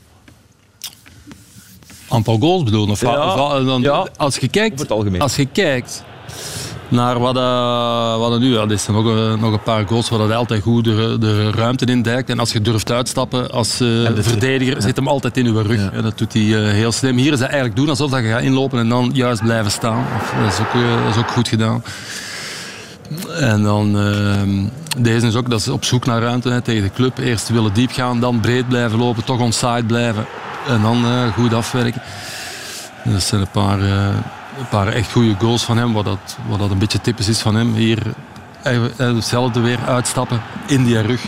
Aantal goals bedoel of, ja. of dan, ja. als je kijkt, als je kijkt naar wat, uh, wat nu, ja, er zijn nog, uh, nog een paar goals waar hij altijd goed de, de ruimte indijkt. En als je durft uitstappen als uh, verdediger, ja. zit hem altijd in uw rug. Ja. Ja, dat doet hij uh, heel slim. Hier is hij eigenlijk doen alsof dat je gaat inlopen en dan juist blijven staan. Dat is ook, uh, dat is ook goed gedaan. En dan, uh, deze is ook dat ze op zoek naar ruimte hè, tegen de club. Eerst willen diep gaan, dan breed blijven lopen, toch onside blijven. En dan uh, goed afwerken. Dat zijn een paar... Uh, Een paar echt goede goals van hem, wat dat, wat dat een beetje typisch is van hem. Hier hetzelfde weer uitstappen in die rug.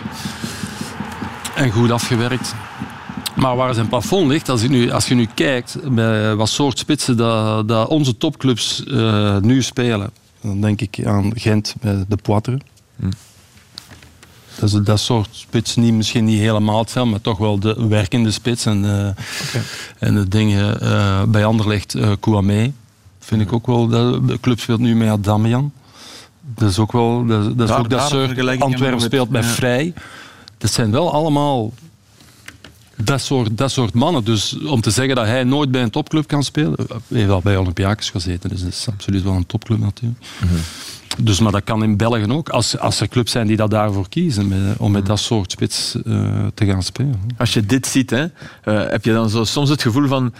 En goed afgewerkt. Maar waar zijn plafond ligt, als je nu, als je nu kijkt bij wat soort spitsen dat, dat onze topclubs uh, nu spelen, dan denk ik aan Gent bij de Poitre. Hm. Dat is dat soort spits, niet, misschien niet helemaal hetzelfde, maar toch wel de werkende spits. En, uh, okay. en de dingen uh, bij Anderlecht, uh, Kouamé. Vind ik ook wel. De club speelt nu met Adamian. Dat is ook wel. Dat, dat is daar, ook dat soort. Antwerpen speelt met ja. Vrij. Dat zijn wel allemaal dat soort, dat soort mannen. Dus om te zeggen dat hij nooit bij een topclub kan spelen. Hij heeft al bij Olympiakos gezeten, dus dat is absoluut wel een topclub natuurlijk. Mm-hmm. Dus, maar dat kan in België ook. Als, als er clubs zijn die dat daarvoor kiezen met, om met dat soort spits uh, te gaan spelen. Als je dit ziet, hè, uh, heb je dan zo soms het gevoel van.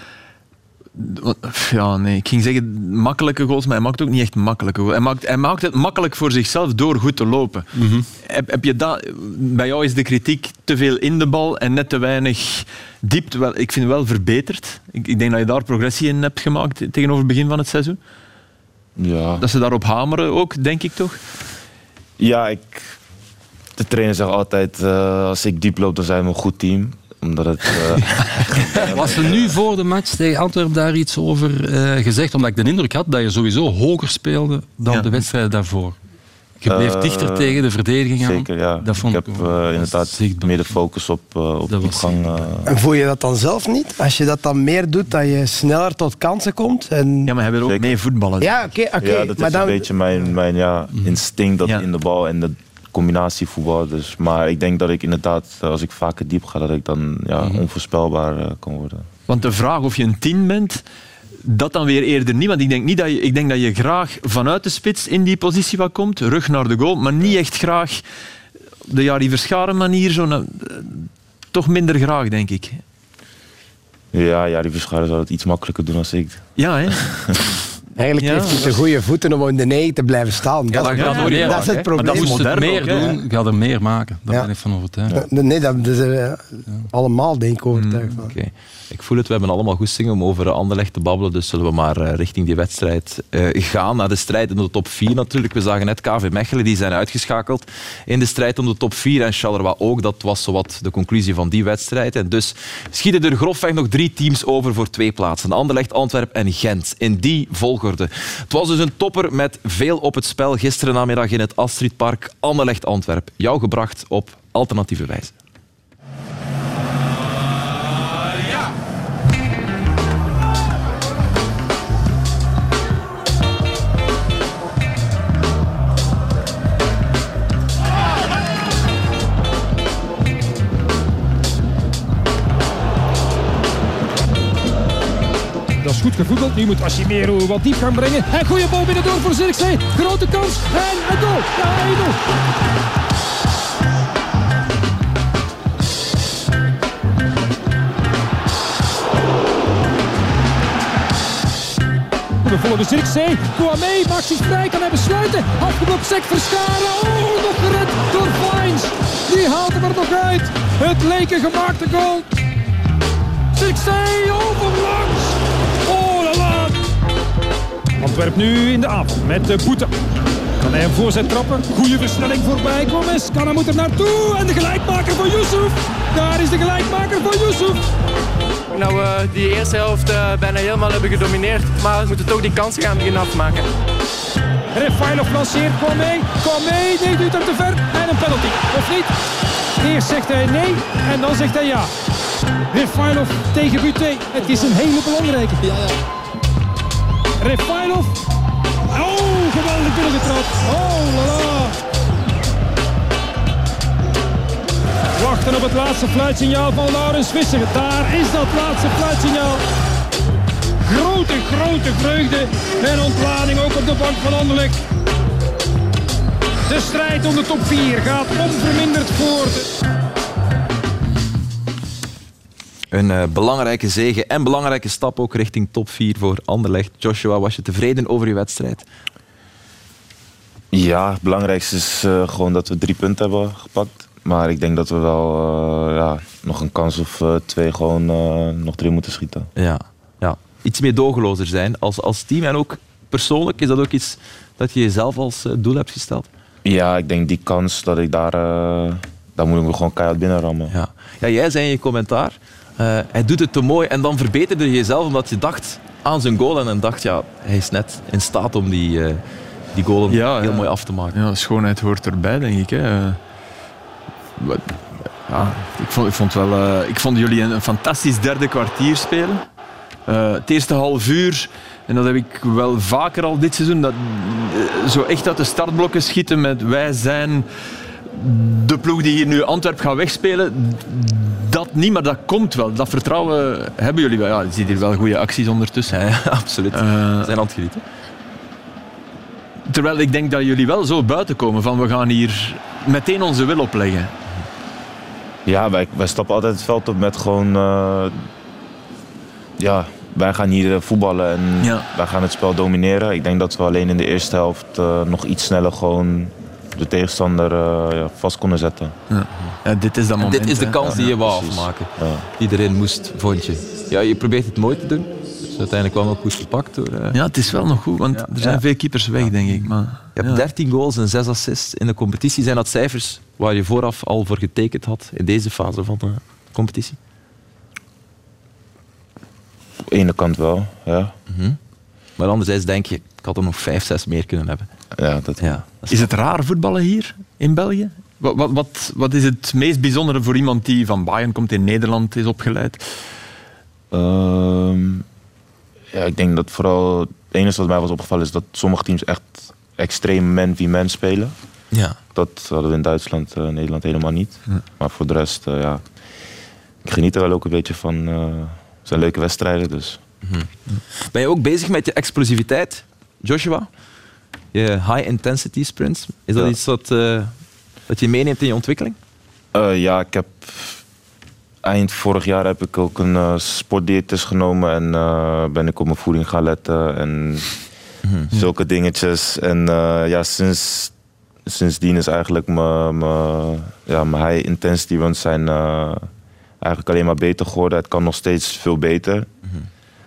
Ja, nee, ik ging zeggen makkelijke goals, maar hij maakt ook niet echt makkelijke goals. Hij maakt, hij maakt het makkelijk voor zichzelf door goed te lopen. Mm-hmm. Heb, heb je dat, bij jou is de kritiek te veel in de bal en net te weinig diepte. Wel, ik vind het wel verbeterd. Ik, ik denk dat je daar progressie in hebt gemaakt tegenover het begin van het seizoen. Ja. Dat ze daarop hameren ook, denk ik toch? Ja, ik, de trainer zegt altijd, uh, als ik diep loop, dan zijn we een goed team. Omdat het, uh... Was er nu voor de match tegen Antwerpen daar iets over uh, gezegd? Omdat ik de indruk had dat je sowieso hoger speelde dan ja. de wedstrijden daarvoor. Je bleef uh, dichter tegen de verdediging aan. Zeker, ja. Dat vond ik heb uh, inderdaad meer de focus op, uh, op diepgang. Uh... En voel je dat dan zelf niet? Als je dat dan meer doet, dat je sneller tot kansen komt? En... Ja, maar hij wil ook zeker. mee voetballen. Ja, oké. Okay, okay. Ja, dat maar is dan... een beetje mijn, mijn ja, instinct dat ja. in de bal en de combinatievoetbal. Dus, maar ik denk dat ik inderdaad, als ik vaker diep ga, dat ik dan ja, mm-hmm. onvoorspelbaar uh, kan worden. Want de vraag of je een tien bent, dat dan weer eerder niet. Want ik denk, niet dat je, ik denk dat je graag vanuit de spits in die positie wat komt, rug naar de goal, maar niet echt graag de Jari Verscharen manier, zo na, toch minder graag, denk ik. Ja, ja, die Verschuilen zou het iets makkelijker doen dan ik. Ja, hè? Eigenlijk Ja, heeft hij te goede voeten om in de negen te blijven staan. Dat, dat gaat dat, nooit dat maken, is het hè. probleem. Maar dat moest het modern meer ook, hè. doen, gaat er meer maken. Daar Ja. ben ik van overtuigd. Nee, dat, dat is uh, allemaal denk ik overtuigd van. Oké. Ik voel het, we hebben allemaal goesting om over Anderlecht te babbelen, dus zullen we maar uh, richting die wedstrijd uh, gaan. Naar de strijd in de top vier natuurlijk. We zagen net K V Mechelen, die zijn uitgeschakeld in de strijd om de top vier. En Charleroi ook, dat was zowat de conclusie van die wedstrijd. En dus schieten er grofweg nog drie teams over voor twee plaatsen. Anderlecht, Antwerpen en Gent. In die volgorde. Het was dus een topper met veel op het spel gisteren namiddag in het Astridpark. Anderlecht-Antwerp. Jou gebracht op alternatieve wijze. Dat is goed gevoetbald. Nu moet Casimiro wat diep gaan brengen. En goede bal binnendoor voor Zirkzee. Grote kans. En een goal. Ja, een goal. We volgen Zirkzee. Kouamé maakt zich vrij. Kan hij besluiten. Afgeblokt Zek Verscharen. Oh, nog gered door Vines. Die haalt hem er nog uit. Het leek een gemaakte goal. Zirkzee overlangs. Oh la la! Antwerp nu in de avond met de Boete. Kan hij een voorzet trappen? Goede versnelling voorbij. Gomez kan hij moet er naartoe. En de gelijkmaker voor Yusuf. Daar is de gelijkmaker voor Yusuf. Nou, uh, die eerste helft uh, bijna helemaal hebben gedomineerd. Maar we moeten toch die kansen gaan beginnen afmaken. Refailov lanceert. Kwame. Kwame. Nee, duwt hem te ver. En een penalty. Of niet? Eerst zegt hij nee. En dan zegt hij ja. Refailov tegen Buté. Het is een hele belangrijke. Ja, ja. Refailov. Oh, geweldig binnengetrapt. Oh, la la. Wachten op het laatste fluitsignaal van Laurens Visser. Daar is dat laatste fluitsignaal. Grote, grote vreugde en ontlading ook op de bank van Anderlecht. De strijd om de top vier gaat onverminderd voort. Een uh, belangrijke zege en belangrijke stap ook richting top vier voor Anderlecht. Joshua, was je tevreden over je wedstrijd? Ja, het belangrijkste is uh, gewoon dat we drie punten hebben gepakt. Maar ik denk dat we wel uh, ja, nog een kans of uh, twee gewoon uh, nog erin moeten schieten. Ja, ja. Iets meer dogelozer zijn als, als team en ook persoonlijk. Is dat ook iets dat je jezelf als uh, doel hebt gesteld? Ja, ik denk die kans dat ik daar... Uh, daar moeten we gewoon keihard binnenrammen. Ja. Ja, jij zei in je commentaar... Uh, hij doet het te mooi en dan verbeterde je jezelf omdat je dacht aan zijn goal en dan dacht, ja, hij is net in staat om die, uh, die goal ja, heel ja. mooi af te maken. Ja, schoonheid hoort erbij, denk ik. Hè. Uh, wat, ja, ik, vond, ik, vond wel, uh, ik vond jullie een, een fantastisch derde kwartier spelen. Uh, het eerste half uur, en dat heb ik wel vaker al dit seizoen, dat, uh, zo echt uit de startblokken schieten met wij zijn de ploeg die hier nu Antwerp gaat wegspelen. Dat niet, maar dat komt wel. Dat vertrouwen hebben jullie wel. Ja, je ziet hier wel goede acties ondertussen. Ja, ja, absoluut. Uh, zijn aan het genieten. Terwijl ik denk dat jullie wel zo buiten komen van we gaan hier meteen onze wil opleggen. Ja, wij, wij stappen altijd het veld op met gewoon... Uh, ja, wij gaan hier voetballen en ja. wij gaan het spel domineren. Ik denk dat we alleen in de eerste helft uh, nog iets sneller gewoon de tegenstander uh, ja, vast konden zetten. Ja. Ja, dit is dat moment. Dit is de kans hè? die je ja, wou precies. afmaken. Ja. Die erin moest, vond je. Ja, je probeert het mooi te doen. Dus uiteindelijk wel nog goed gepakt. Door, uh... Ja, het is wel nog goed, want ja. er zijn ja. veel keepers weg, denk ik. Maar, je hebt ja. dertien goals en zes assists in de competitie. Zijn dat cijfers waar je vooraf al voor getekend had in deze fase van de competitie? Op de ene kant wel, ja. Mm-hmm. Maar anderzijds denk je, ik had er nog vijf, zes meer kunnen hebben. Ja, dat... Ja, dat is is het raar voetballen hier in België? Wat, wat, wat, wat is het meest bijzondere voor iemand die van Bayern komt, in Nederland is opgeleid? Um, ja, ik denk dat vooral het enige wat mij was opgevallen is dat sommige teams echt extreem man-v-man spelen. Ja. Dat hadden we in Duitsland, uh, Nederland helemaal niet. Ja. Maar voor de rest, uh, ja, ik geniet er wel ook een beetje van. Uh, het zijn leuke wedstrijden, dus. Mm-hmm. Ben je ook bezig met je explosiviteit, Joshua? Je high-intensity sprints? Is dat ja. iets wat, uh, dat je meeneemt in je ontwikkeling? Uh, ja, ik heb eind vorig jaar heb ik ook een uh, sportdiëtist genomen en uh, ben ik op mijn voeding gaan letten en mm-hmm. zulke dingetjes. En uh, ja, sinds, sindsdien is eigenlijk mijn ja, high intensity runs zijn uh, eigenlijk alleen maar beter geworden. Het kan nog steeds veel beter. Mm-hmm.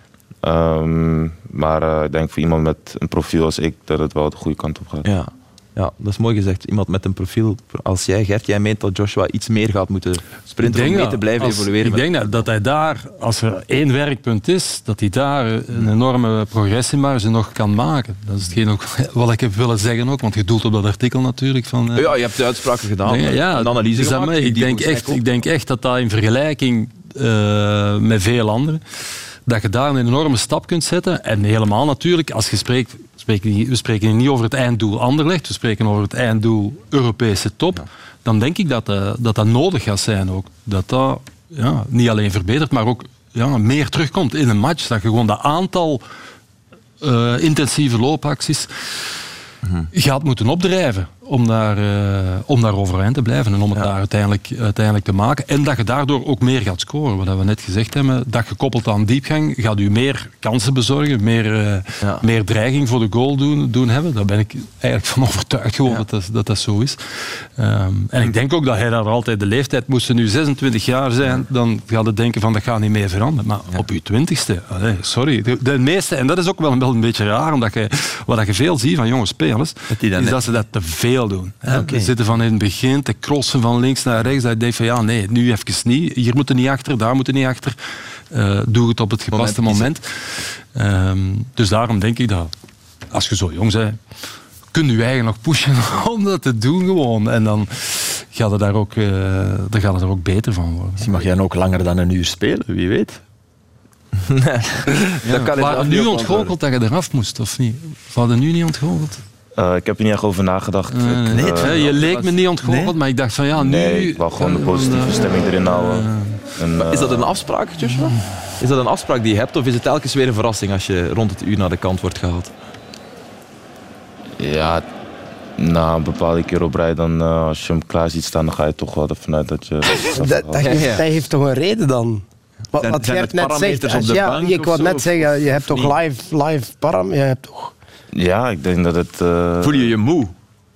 Um, maar uh, ik denk voor iemand met een profiel als ik dat het wel de goede kant op gaat. Ja. Ja, dat is mooi gezegd. Iemand met een profiel als jij, Gert, jij meent dat Joshua iets meer gaat moeten sprinten om mee dat, te blijven als, evolueren. Ik denk dat, dat hij daar, als er één werkpunt is, dat hij daar een enorme progressiemarge nog kan maken. Dat is hetgeen ook wat ik heb willen zeggen ook, want je doelt op dat artikel natuurlijk. Van, uh, ja, je hebt de uitspraken gedaan, denk, ja, een analyse dus gemaakt. Dat, ik, denk echt, ik denk echt dat dat in vergelijking uh, met veel anderen, dat je daar een enorme stap kunt zetten. En helemaal natuurlijk, als je spreekt, spreken, we spreken hier niet over het einddoel Anderlecht, we spreken over het einddoel Europese top, ja. Dan denk ik dat, uh, dat dat nodig gaat zijn ook. Dat dat ja, niet alleen verbetert, maar ook ja, meer terugkomt in een match. Dat je gewoon dat aantal uh, intensieve loopacties mm-hmm. gaat moeten opdrijven om daar, uh, om daar overeind te blijven en om het ja. daar uiteindelijk, uiteindelijk te maken. En dat je daardoor ook meer gaat scoren. Wat we net gezegd hebben, dat gekoppeld aan diepgang gaat u meer kansen bezorgen, meer, uh, ja. meer dreiging voor de goal doen, doen hebben. Daar ben ik eigenlijk van overtuigd gewoon ja. dat, dat, dat dat zo is. Um, en ik denk ook dat hij daar altijd de leeftijd, moest nu zesentwintig jaar zijn, dan gaat het denken van dat gaat niet meer veranderen. Maar ja. op uw twintigste, allee, sorry, de, de meeste, en dat is ook wel een, wel een beetje raar, omdat je, wat je veel ziet van jonge spelers, dat is net... dat ze dat te veel doen. Hè. Okay. Ze zitten van in het begin te crossen van links naar rechts, dat je denkt van ja, nee, nu even niet. Hier moet er niet achter, daar moet er niet achter. Uh, doe het op het gepaste moment. moment. Um, dus daarom denk ik dat, als je zo jong bent, kun je eigenlijk nog pushen om dat te doen gewoon. En dan gaat het daar ook, uh, dan gaat het er ook beter van worden. Misschien mag jij ook langer dan een uur spelen, wie weet. Nee. Ja. Dat kan maar nu ontgoocheld dat je eraf moest, of niet? Of hadden nu niet ontgoocheld? Uh, ik heb er niet echt over nagedacht. Uh, ik, nee, uh, je leek me niet ontgoocheld, nee? Maar ik dacht van ja, nu... Nee, ik wou gewoon de positieve uh, stemming erin houden. Uh, en, uh, is dat een afspraak, Joshua? Is dat een afspraak die je hebt, of is het telkens weer een verrassing als je rond het uur naar de kant wordt gehaald? Ja, na een bepaalde keer op rij, dan, uh, als je hem klaar ziet staan, dan ga je toch wel ervan uit dat je... dat, dat, dat, heeft, dat heeft toch een reden dan? Wat, zijn, wat zijn Gert net zegt, als, ja, ik wou net zeggen, je hebt toch live, live param, je hebt toch... Ja, ik denk dat het... Uh... Voel je je moe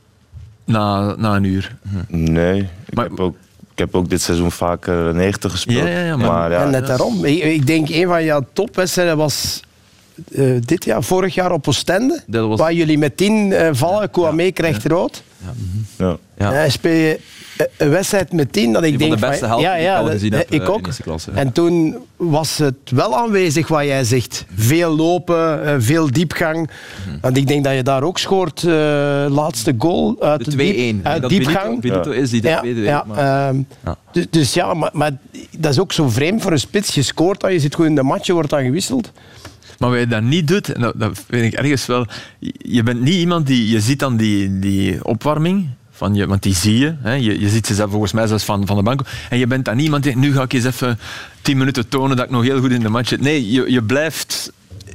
na, na een uur? Nee, ik, maar... heb ook, ik heb ook dit seizoen vaak uh, negentig gespeeld. Ja, ja, ja, maar... maar ja, en net daarom. Ik, ik denk een van jouw topwedstrijden was uh, dit jaar, vorig jaar op Oostende. Was... Waar jullie met tien uh, vallen, ja, Kouamé ja, krijgt ja. rood. Ja. Ja. Ja. Ja, speel je een wedstrijd met tien dat ik die denk... Van de beste helft ja, ja, die ik al gezien heb ik uh, ook. in de klasse. En toen was het wel aanwezig wat jij zegt. Veel lopen, uh, veel diepgang. Hmm. Want ik denk dat je daar ook scoort. Uh, laatste goal uit de twee-één. Diep, uit dat diepgang. Benito is die de ja, tweede. Ja, maar. Uh, ja. Dus, dus ja, maar, maar dat is ook zo vreemd voor een spits. Je scoort dat, je zit goed in de match, je wordt dan gewisseld. Maar wat je dat niet doet, en dat, dat vind ik ergens wel... Je bent niet iemand die... Je ziet dan die, die opwarming... Van je, want die zie je, hè. je. Je ziet ze zelf volgens mij zelfs van, van de bank. En je bent dan niemand die... Nu ga ik eens even tien minuten tonen dat ik nog heel goed in de match zit. Nee, je, je blijft...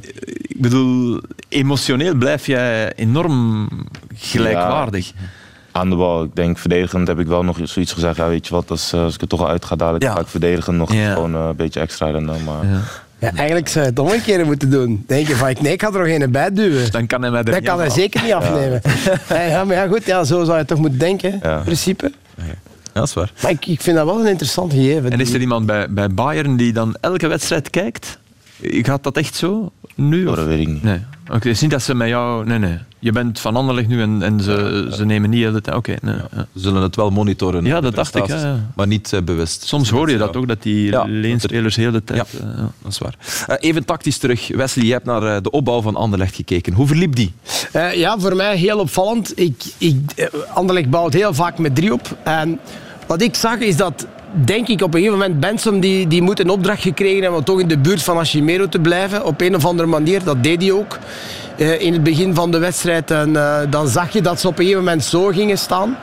Ik bedoel, emotioneel blijf je enorm gelijkwaardig. Ja, aan de bal. Ik denk, verdedigend heb ik wel nog zoiets gezegd. Ja, weet je wat, als, als ik er toch al uit ga dadelijk, ja. ga ik verdedigen nog ja. gewoon uh, een beetje extra rennen. Maar... Ja. Ja, eigenlijk zou je het omgekeerd moeten doen. Denk je van, nee, ik ga er nog een bij duwen. Dan kan hij mij er Dat kan hij zeker niet afnemen. Ja. Ja, maar ja, goed, ja, zo zou je toch moeten denken, ja. in principe. Ja, dat is waar. Maar ik, ik vind dat wel een interessant gegeven. En is er iemand bij, bij Bayern die dan elke wedstrijd kijkt? Gaat dat echt zo? Nu? Oh, dat weet ik niet. Nee. Oké, okay, is niet dat ze met jou... Nee, nee. Je bent van Anderlecht nu en, en ze, ze nemen niet de tijd. Oké, okay, nee. Ja. Ze zullen het wel monitoren. Ja, dat dacht ik. Ja, ja. Maar niet uh, bewust. Soms hoor je dat ook, dat die ja, leenspelers heel de tijd... Ja, uh, ja. dat is waar. Uh, even tactisch terug. Wesley, je hebt naar uh, de opbouw van Anderlecht gekeken. Hoe verliep die? Uh, ja, voor mij heel opvallend. Ik, ik, uh, Anderlecht bouwt heel vaak met drie op. En wat ik zag is dat... Denk ik op een gegeven moment, Benson die, die moet een opdracht gekregen hebben om toch in de buurt van Achimero te blijven. Op een of andere manier, dat deed hij ook. Uh, in het begin van de wedstrijd. En uh, dan zag je dat ze op een gegeven moment zo gingen staan.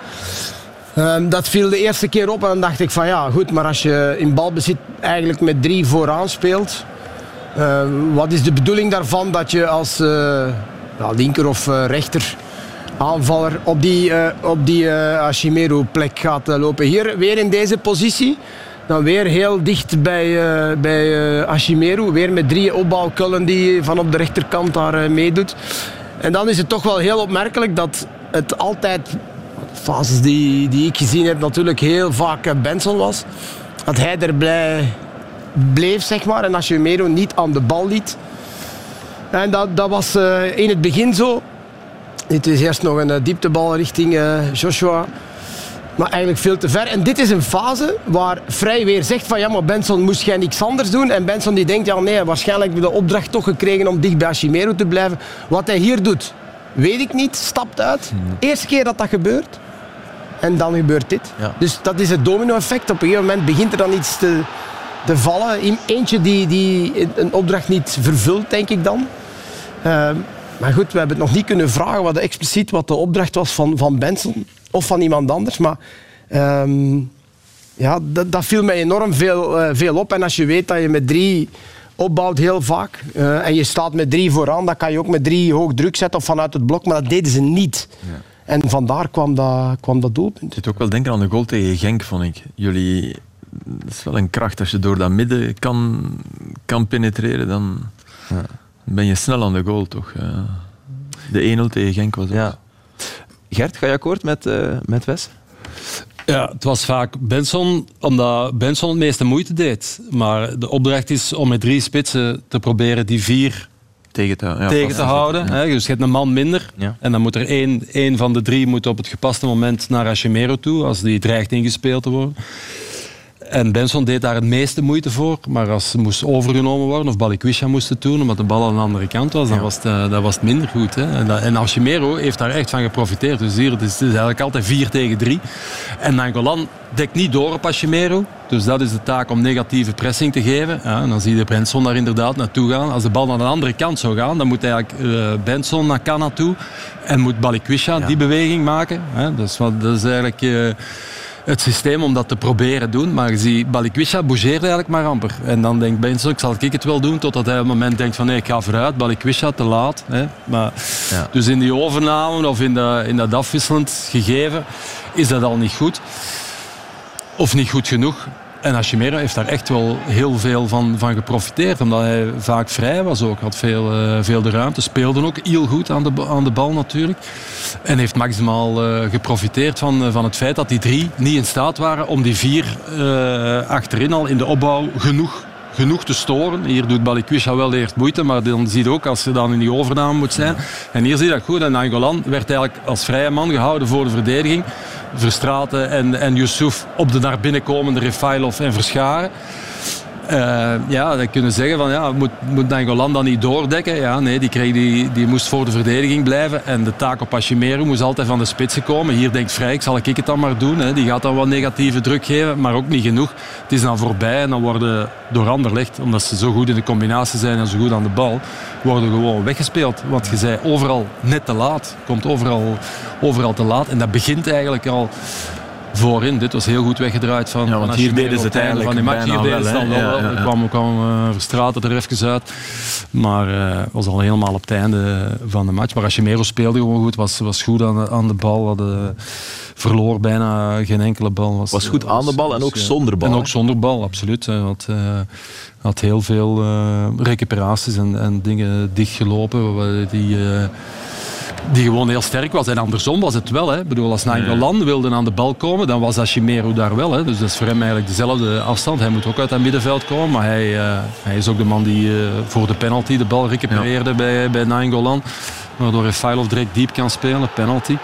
Uh, dat viel de eerste keer op en dan dacht ik van ja, goed, maar als je in balbezit eigenlijk met drie vooraan speelt. Uh, wat is de bedoeling daarvan dat je als uh, ja, linker of uh, rechter... aanvaller op die, uh, op die uh, Achimero-plek gaat uh, lopen. Hier weer in deze positie. Dan weer heel dicht bij, uh, bij uh, Ashimeru. Weer met drie opbouw. Cullen die van op de rechterkant daar uh, meedoet. En dan is het toch wel heel opmerkelijk dat het altijd, fases die, die ik gezien heb, natuurlijk heel vaak uh, Benson was. Dat hij er blij bleef, zeg maar. En Ashimeru niet aan de bal liet. En dat, dat was uh, in het begin zo. Dit is eerst nog een uh, dieptebal richting uh, Joshua. Maar eigenlijk veel te ver. En dit is een fase waar Vrij weer zegt van ja, maar Benson moest jij niks anders doen. En Benson die denkt, ja nee, waarschijnlijk heb je de opdracht toch gekregen om dicht bij Ashimeru te blijven. Wat hij hier doet, weet ik niet. Stapt uit. Eerste keer dat dat gebeurt. En dan gebeurt dit. Ja. Dus dat is het domino-effect. Op een gegeven moment begint er dan iets te, te vallen. Eentje die, die een opdracht niet vervult, denk ik dan. Uh, maar goed, we hebben het nog niet kunnen vragen wat de, expliciet wat de opdracht was van, van Benson. Of van iemand anders. Maar um, ja, dat, dat viel mij enorm veel, uh, veel op. En als je weet dat je met drie opbouwt heel vaak. Uh, en je staat met drie vooraan. Dan kan je ook met drie hoog druk zetten of vanuit het blok. Maar dat deden ze niet. Ja. En vandaar kwam dat, kwam dat doelpunt. Je zit ook wel denken aan de goal tegen Genk, vond ik. Jullie... Dat is wel een kracht. Als je door dat midden kan, kan penetreren, dan ja. ben je snel aan de goal, toch? Ja. De één nul tegen Genk was ook. Ja. Gert, ga je akkoord met, uh, met Wes? Ja, het was vaak Benson, omdat Benson het meeste moeite deed. Maar de opdracht is om met drie spitsen te proberen die vier tegen te, ja, tegen te houden. Ja. Dus je hebt een man minder. Ja. En dan moet er één, één van de drie moet op het gepaste moment naar Ashimeru toe, als die dreigt ingespeeld te worden. En Benson deed daar het meeste moeite voor, maar als het moest overgenomen worden of Balikwisha moest het doen, omdat de bal aan de andere kant was, dan ja. was het, uh, dat was het minder goed. Hè. En, dat, en Ashimeru heeft daar echt van geprofiteerd. Dus hier, het is, het is eigenlijk altijd vier tegen drie. En Nainggolan dekt niet door op Ashimeru, dus dat is de taak om negatieve pressing te geven. Ja, en dan zie je Benson daar inderdaad naartoe gaan. Als de bal naar de andere kant zou gaan, dan moet eigenlijk uh, Benson naar Kana toe en moet Balikwisha ja. die beweging maken. Hè. Dat, is, dat is eigenlijk... Uh, het systeem om dat te proberen doen. Maar je ziet, Balikwisha bougeert eigenlijk maar amper. En dan denkt Benson, ik zal ik het wel doen, totdat hij op het moment denkt van nee, ik ga vooruit, Balikwisha te laat. Hè. Maar, ja. Dus in die overname of in, de, in dat afwisselend gegeven is dat al niet goed. Of niet goed genoeg. En Ashimeru heeft daar echt wel heel veel van, van geprofiteerd. Omdat hij vaak vrij was ook. Had veel, uh, veel de ruimte. Speelde ook heel goed aan de, aan de bal natuurlijk. En heeft maximaal uh, geprofiteerd van, uh, van het feit dat die drie niet in staat waren om die vier uh, achterin al in de opbouw genoeg, genoeg te storen. Hier doet Balikwisha wel eerst moeite, maar dan zie je ook als je dan in die overname moet zijn. En hier zie je dat goed. En Nainggolan werd eigenlijk als vrije man gehouden voor de verdediging. Verstraeten en, en Yusuf op de naar binnen komende Refailov en Verscharen. Uh, ja, dan kunnen zeggen van ja, moet, moet Nainggolan dan niet doordekken? Ja, nee, die, kreeg, die, die moest voor de verdediging blijven. En de taak op Ashimeru moest altijd van de spitsen komen. Hier denkt Vrij, zal ik het dan maar doen. Hè. Die gaat dan wat negatieve druk geven, maar ook niet genoeg. Het is dan voorbij en dan worden door Anderlecht, omdat ze zo goed in de combinatie zijn en zo goed aan de bal, worden gewoon weggespeeld. Want je zei overal net te laat. Komt overal, overal te laat. En dat begint eigenlijk al voorin. Dit was heel goed weggedraaid van, ja, want van hier deden ze het eigenlijk van die match. Hier deden ze het wel. Ja, ja, ja. Er kwam, kwam uh, Verstraeten er even uit. Maar het uh, was al helemaal op het einde van de match. Maar Ashimeru speelde gewoon goed. Was, was goed aan de, aan de bal. Had, uh, verloor bijna geen enkele bal. Was, was goed aan de bal en ook was, zonder bal. En ook zonder bal, absoluut. Hij had, uh, had heel veel uh, recuperaties en, en dingen dichtgelopen. Die... Uh, die gewoon heel sterk was. En andersom was het wel. Hè. Ik bedoel, als Nainggolan wilde aan de bal komen, dan was Ashimeru daar wel. Hè. Dus dat is voor hem eigenlijk dezelfde afstand. Hij moet ook uit dat middenveld komen. Maar hij, uh, hij is ook de man die uh, voor de penalty de bal recupereerde ja. bij, bij Nainggolan. Waardoor Refailov direct diep kan spelen. Penalty.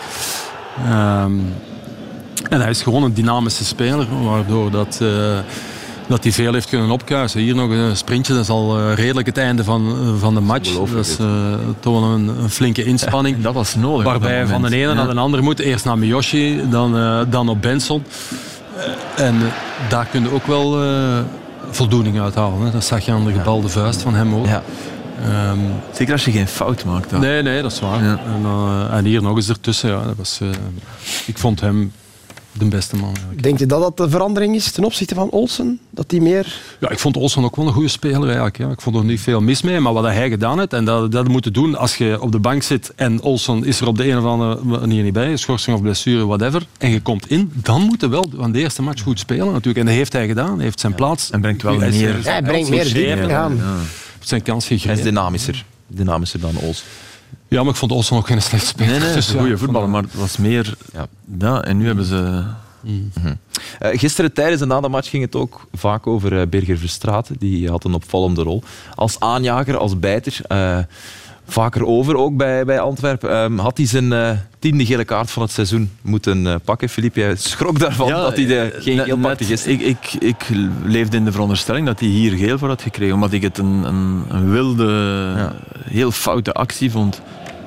Um, en hij is gewoon een dynamische speler. Waardoor dat... Uh, dat hij veel heeft kunnen opkuisen. Hier nog een sprintje, dat is al uh, redelijk het einde van, uh, van de match. Dat is uh, toch wel een, een flinke inspanning. Ja, dat was nodig. Waarbij van de ene ja. naar de andere moet. Eerst naar Miyoshi, dan, uh, dan op Benson. Uh, en uh, daar kun je ook wel uh, voldoening uithalen. Hè. Dat zag je aan de gebalde vuist van hem ook. Ja. Um, Zeker als je geen fout maakt. Dan. Nee, nee, dat is waar. Ja. En, uh, en hier nog eens ertussen. Ja, dat was, uh, ik vond hem... de beste man. Eigenlijk. Denk je dat dat de verandering is ten opzichte van Olsen? Dat die meer... Ja, ik vond Olsen ook wel een goede speler eigenlijk. Ja. Ik vond er niet veel mis mee, maar wat hij gedaan heeft, en dat, dat moet je doen als je op de bank zit en Olsen is er op de een of andere manier niet bij, schorsing of blessure, whatever, en je komt in, dan moet je wel van de eerste match goed spelen natuurlijk. En dat heeft hij gedaan, hij heeft zijn ja. plaats. En brengt wel hij meer... Ja, hij brengt meer diepte aan. Ja. Zijn kans gegrepen. Hij is dynamischer. Dynamischer dan Olsen. Ja, maar ik vond Olsen ook geen slecht speler. Nee, nee, dus, een goede ja, voetballer, maar het was meer... Ja. Ja, en nu hebben ze... Mm-hmm. Uh, gisteren tijdens en na de match ging het ook vaak over uh, Birger Verstraeten. Die had een opvallende rol. Als aanjager, als bijter. Uh, vaker over, ook bij, bij Antwerpen. Um, had hij zijn uh, tiende gele kaart van het seizoen moeten uh, pakken. Philippe, jij schrok daarvan ja, dat hij de, geen geel pakte gisteren. Ik, ik, ik leefde in de veronderstelling dat hij hier geel voor had gekregen. Omdat ik het een, een, een wilde, ja. heel foute actie vond.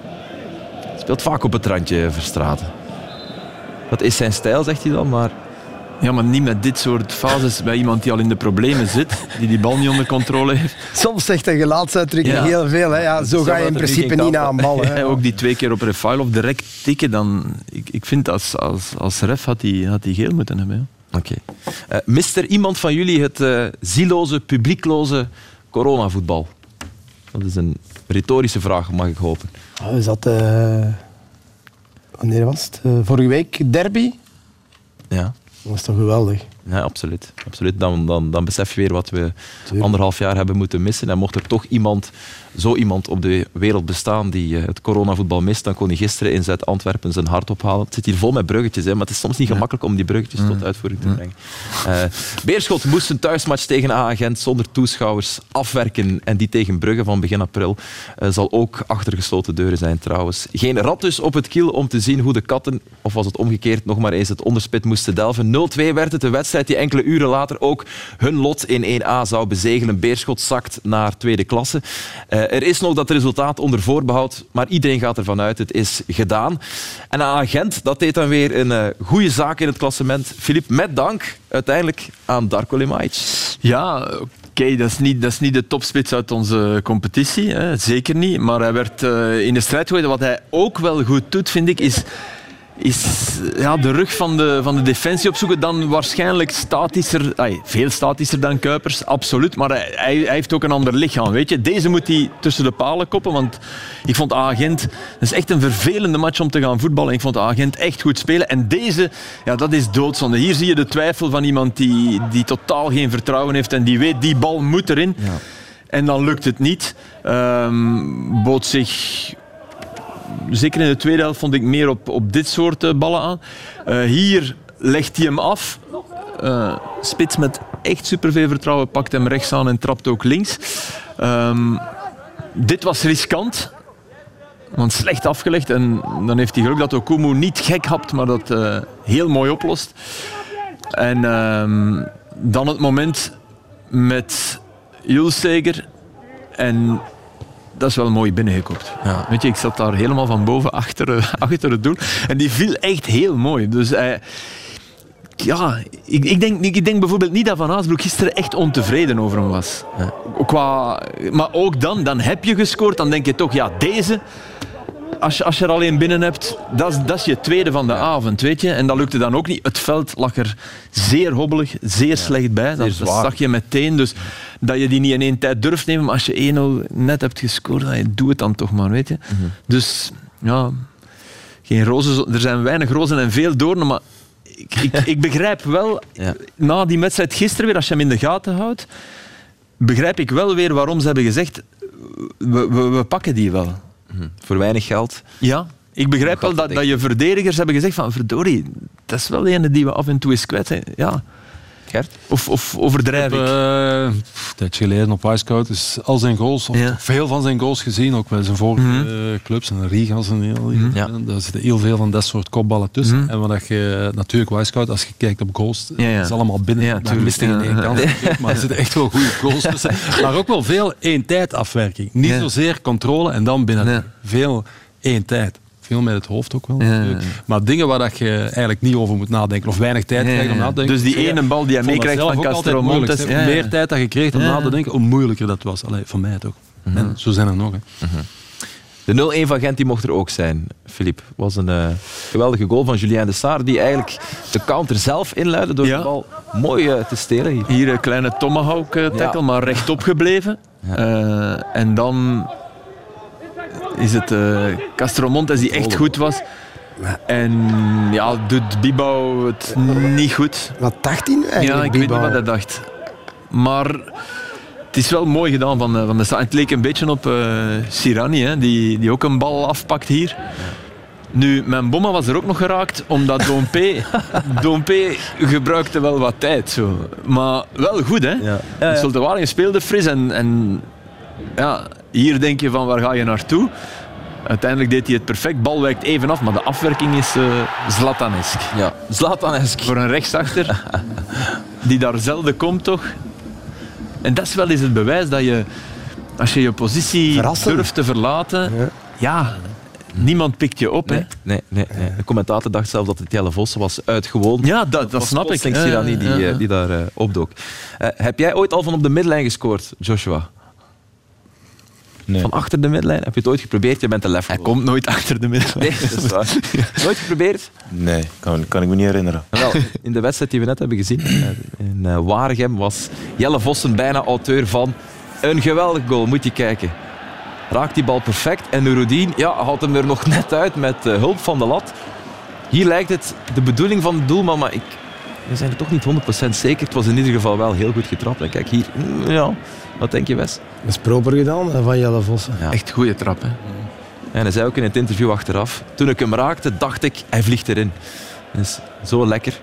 Speelt vaak op het randje, Verstraeten. Dat is zijn stijl, zegt hij dan, maar... Ja, maar niet met dit soort fases bij iemand die al in de problemen zit, die die bal niet onder controle heeft. Soms zegt een gelaatsuitdrukking ja. heel veel. Hè. Ja, zo ga je in principe niet naar een bal. Hè. Ja, ook die twee keer op Refailov direct tikken, dan... Ik, ik vind als, als, als ref had hij had die geel moeten hebben. Ja. Oké. Okay. Uh, mist er iemand van jullie het uh, zieloze, publiekloze coronavoetbal? Dat is een retorische vraag, mag ik hopen. Oh, is dat... Uh... Wanneer was het? Uh, vorige week derby? Ja. Dat was toch geweldig? Ja, absoluut. absoluut. Dan, dan, dan besef je weer wat we Tuurlijk. anderhalf jaar hebben moeten missen. En mocht er toch iemand, zo iemand op de wereld bestaan die uh, het coronavoetbal mist, dan kon hij gisteren in Zuid-Antwerpen zijn hart ophalen. Het zit hier vol met bruggetjes, hè, maar het is soms niet ja. gemakkelijk om die bruggetjes mm. tot uitvoering te brengen. Uh, Beerschot moest een thuismatch tegen A Gent zonder toeschouwers afwerken. En die tegen Brugge van begin april uh, zal ook achter gesloten deuren zijn trouwens. Geen rat dus op het kiel om te zien hoe de katten, of was het omgekeerd, nog maar eens het onderspit moesten delven. nul twee werd het, de wedstrijd die enkele uren later ook hun lot in één A zou bezegelen. Beerschot zakt naar tweede klasse. Uh, er is nog dat resultaat onder voorbehoud, maar iedereen gaat ervan uit, het is gedaan. En A Gent, dat deed dan weer een uh, goede zaak in het klassement. Philippe, met dank uiteindelijk aan Darko Limaic. Ja, oké, okay, dat, dat is niet de topspits uit onze competitie, hè. Zeker niet. Maar hij werd uh, in de strijd gegooid. Wat hij ook wel goed doet, vind ik, is... is ja, de rug van de, van de defensie opzoeken, dan waarschijnlijk statischer, ay, veel statischer dan Kuipers, absoluut, maar hij, hij heeft ook een ander lichaam, weet je. Deze moet hij tussen de palen koppen, want ik vond A Gent, dat is echt een vervelende match om te gaan voetballen, ik vond A Gent echt goed spelen en deze, ja, dat is doodzonde. Hier zie je de twijfel van iemand die, die totaal geen vertrouwen heeft en die weet, die bal moet erin. Ja. En dan lukt het niet. Um, bood zich... Zeker in de tweede helft vond ik meer op, op dit soort uh, ballen aan. Uh, hier legt hij hem af. Uh, spits met echt superveel vertrouwen pakt hem rechts aan en trapt ook links. Um, dit was riskant. Want slecht afgelegd. En dan heeft hij geluk dat Okumu niet gek hapt, maar dat uh, heel mooi oplost. En um, dan het moment met Julseger. En... dat is wel mooi binnengekopt. Ja. Weet je, ik zat daar helemaal van boven achter, achter het doel. En die viel echt heel mooi. Dus hij... Ja, ik, ik, denk, ik denk bijvoorbeeld niet dat Van Aasbroek gisteren echt ontevreden over hem was. Ja. Qua, maar ook dan, dan heb je gescoord. Dan denk je toch, ja, deze... Als je, als je er alleen binnen hebt, dat is, dat is je tweede van de avond, weet je. En dat lukte dan ook niet. Het veld lag er zeer hobbelig, zeer slecht bij. Dat, dat zag je meteen. Dus dat je die niet in één tijd durft nemen. Maar als je één nul net hebt gescoord, dan doe het dan toch maar, weet je. Mm-hmm. Dus, ja... Geen rozen, er zijn weinig rozen en veel doornen, maar... Ik, ik, ik begrijp wel, ja. na die wedstrijd gisteren weer, als je hem in de gaten houdt, begrijp ik wel weer waarom ze hebben gezegd, we, we, we pakken die wel. Hm. Voor weinig geld. Ja, ik begrijp wel dat, dat je verdedigers hebben gezegd van, verdorie, dat is wel de ene die we af en toe eens kwijt zijn. Ja. Gert? Of, of overdrijf ik? Ik heb uh, een tijdje geleden op Wisecout is al zijn goals, of ja. veel van zijn goals gezien, ook bij zijn vorige mm-hmm. uh, clubs, en Rigas en heel, mm-hmm. ja. Daar zitten heel veel van dat soort kopballen tussen. Mm-hmm. En wat je, natuurlijk Wisecout, als je kijkt op goals, ja, ja. is allemaal binnen. Ja, daar mist in één kant, maar er zitten echt wel goede goals tussen. Maar ook wel veel één-tijd afwerking. Niet ja. zozeer controle en dan binnen. Ja. Veel één-tijd. Veel met het hoofd ook wel. Ja, ja. Maar dingen waar dat je eigenlijk niet over moet nadenken. Of weinig tijd ja, krijgt om na te denken. Dus die ene bal die hij meekrijgt van Castro Montes. Hoe ja, meer tijd dat je kreeg om ja. na te denken, hoe moeilijker dat was. Allee, voor mij toch. Mm-hmm. En zo zijn er nog. Hè. Mm-hmm. De nul-een van Gent die mocht er ook zijn, Philippe. Was een uh, geweldige goal van Julien de Saar, die eigenlijk de counter zelf inluidde door ja. de bal mooi uh, te stelen. Hier, hier een kleine tomahawk uh, tackle, ja. maar rechtop gebleven. Ja. Uh, en dan is het uh, Castromontes die echt goed was. En ja, doet Bibau het niet goed. Wat dacht hij nu eigenlijk, Ja, ik Bibau? weet niet wat hij dacht. Maar het is wel mooi gedaan van, van de Sa. Het leek een beetje op uh, Sirani, hè, die, die ook een bal afpakt hier. Nu, mijn bomma was er ook nog geraakt, omdat Dompe, Dompe gebruikte wel wat tijd. Zo. Maar wel goed, hè. Ja. Ja, ja. Zulte Waregem speelde fris en, en ja, hier denk je van waar ga je naartoe? Uiteindelijk deed hij het perfect. Bal wijkt even af, maar de afwerking is uh, Zlatanesk. Ja, Zlatanesk. Voor een rechtsachter die daar zelden komt, toch? En dat is wel eens het bewijs dat je, als je je positie Verrassen. durft te verlaten, ja, ja niemand pikt je op. Nee, hè? Nee, nee, nee. De commentator dacht zelf dat het Jelle Vossen was uitgewoond. Ja, dat, dat snap ik. Sirani die, uh, die daar uh, opdook. Uh, heb jij ooit al van op de midlijn gescoord, Joshua? Nee. Van achter de midlijn? Heb je het ooit geprobeerd? Je bent een leffer. Hij komt nooit achter de midlijn. Nee, dat is waar. Nooit geprobeerd? Nee, kan, kan ik me niet herinneren. Wel, in de wedstrijd die we net hebben gezien, in uh, Waregem, was Jelle Vossen bijna auteur van een geweldig goal. Moet je kijken. Raakt die bal perfect en Nouroudine ja, haalt hem er nog net uit met uh, hulp van de lat. Hier lijkt het de bedoeling van de doelman, maar ik, we zijn er toch niet honderd procent zeker. Het was in ieder geval wel heel goed getrapt. En kijk hier, ja, wat denk je, Wes? Dat is proper gedaan van Jelle Vossen. Ja. Echt goede trap, hè? En hij zei ook in het interview achteraf, toen ik hem raakte, dacht ik, hij vliegt erin. Dat is zo lekker.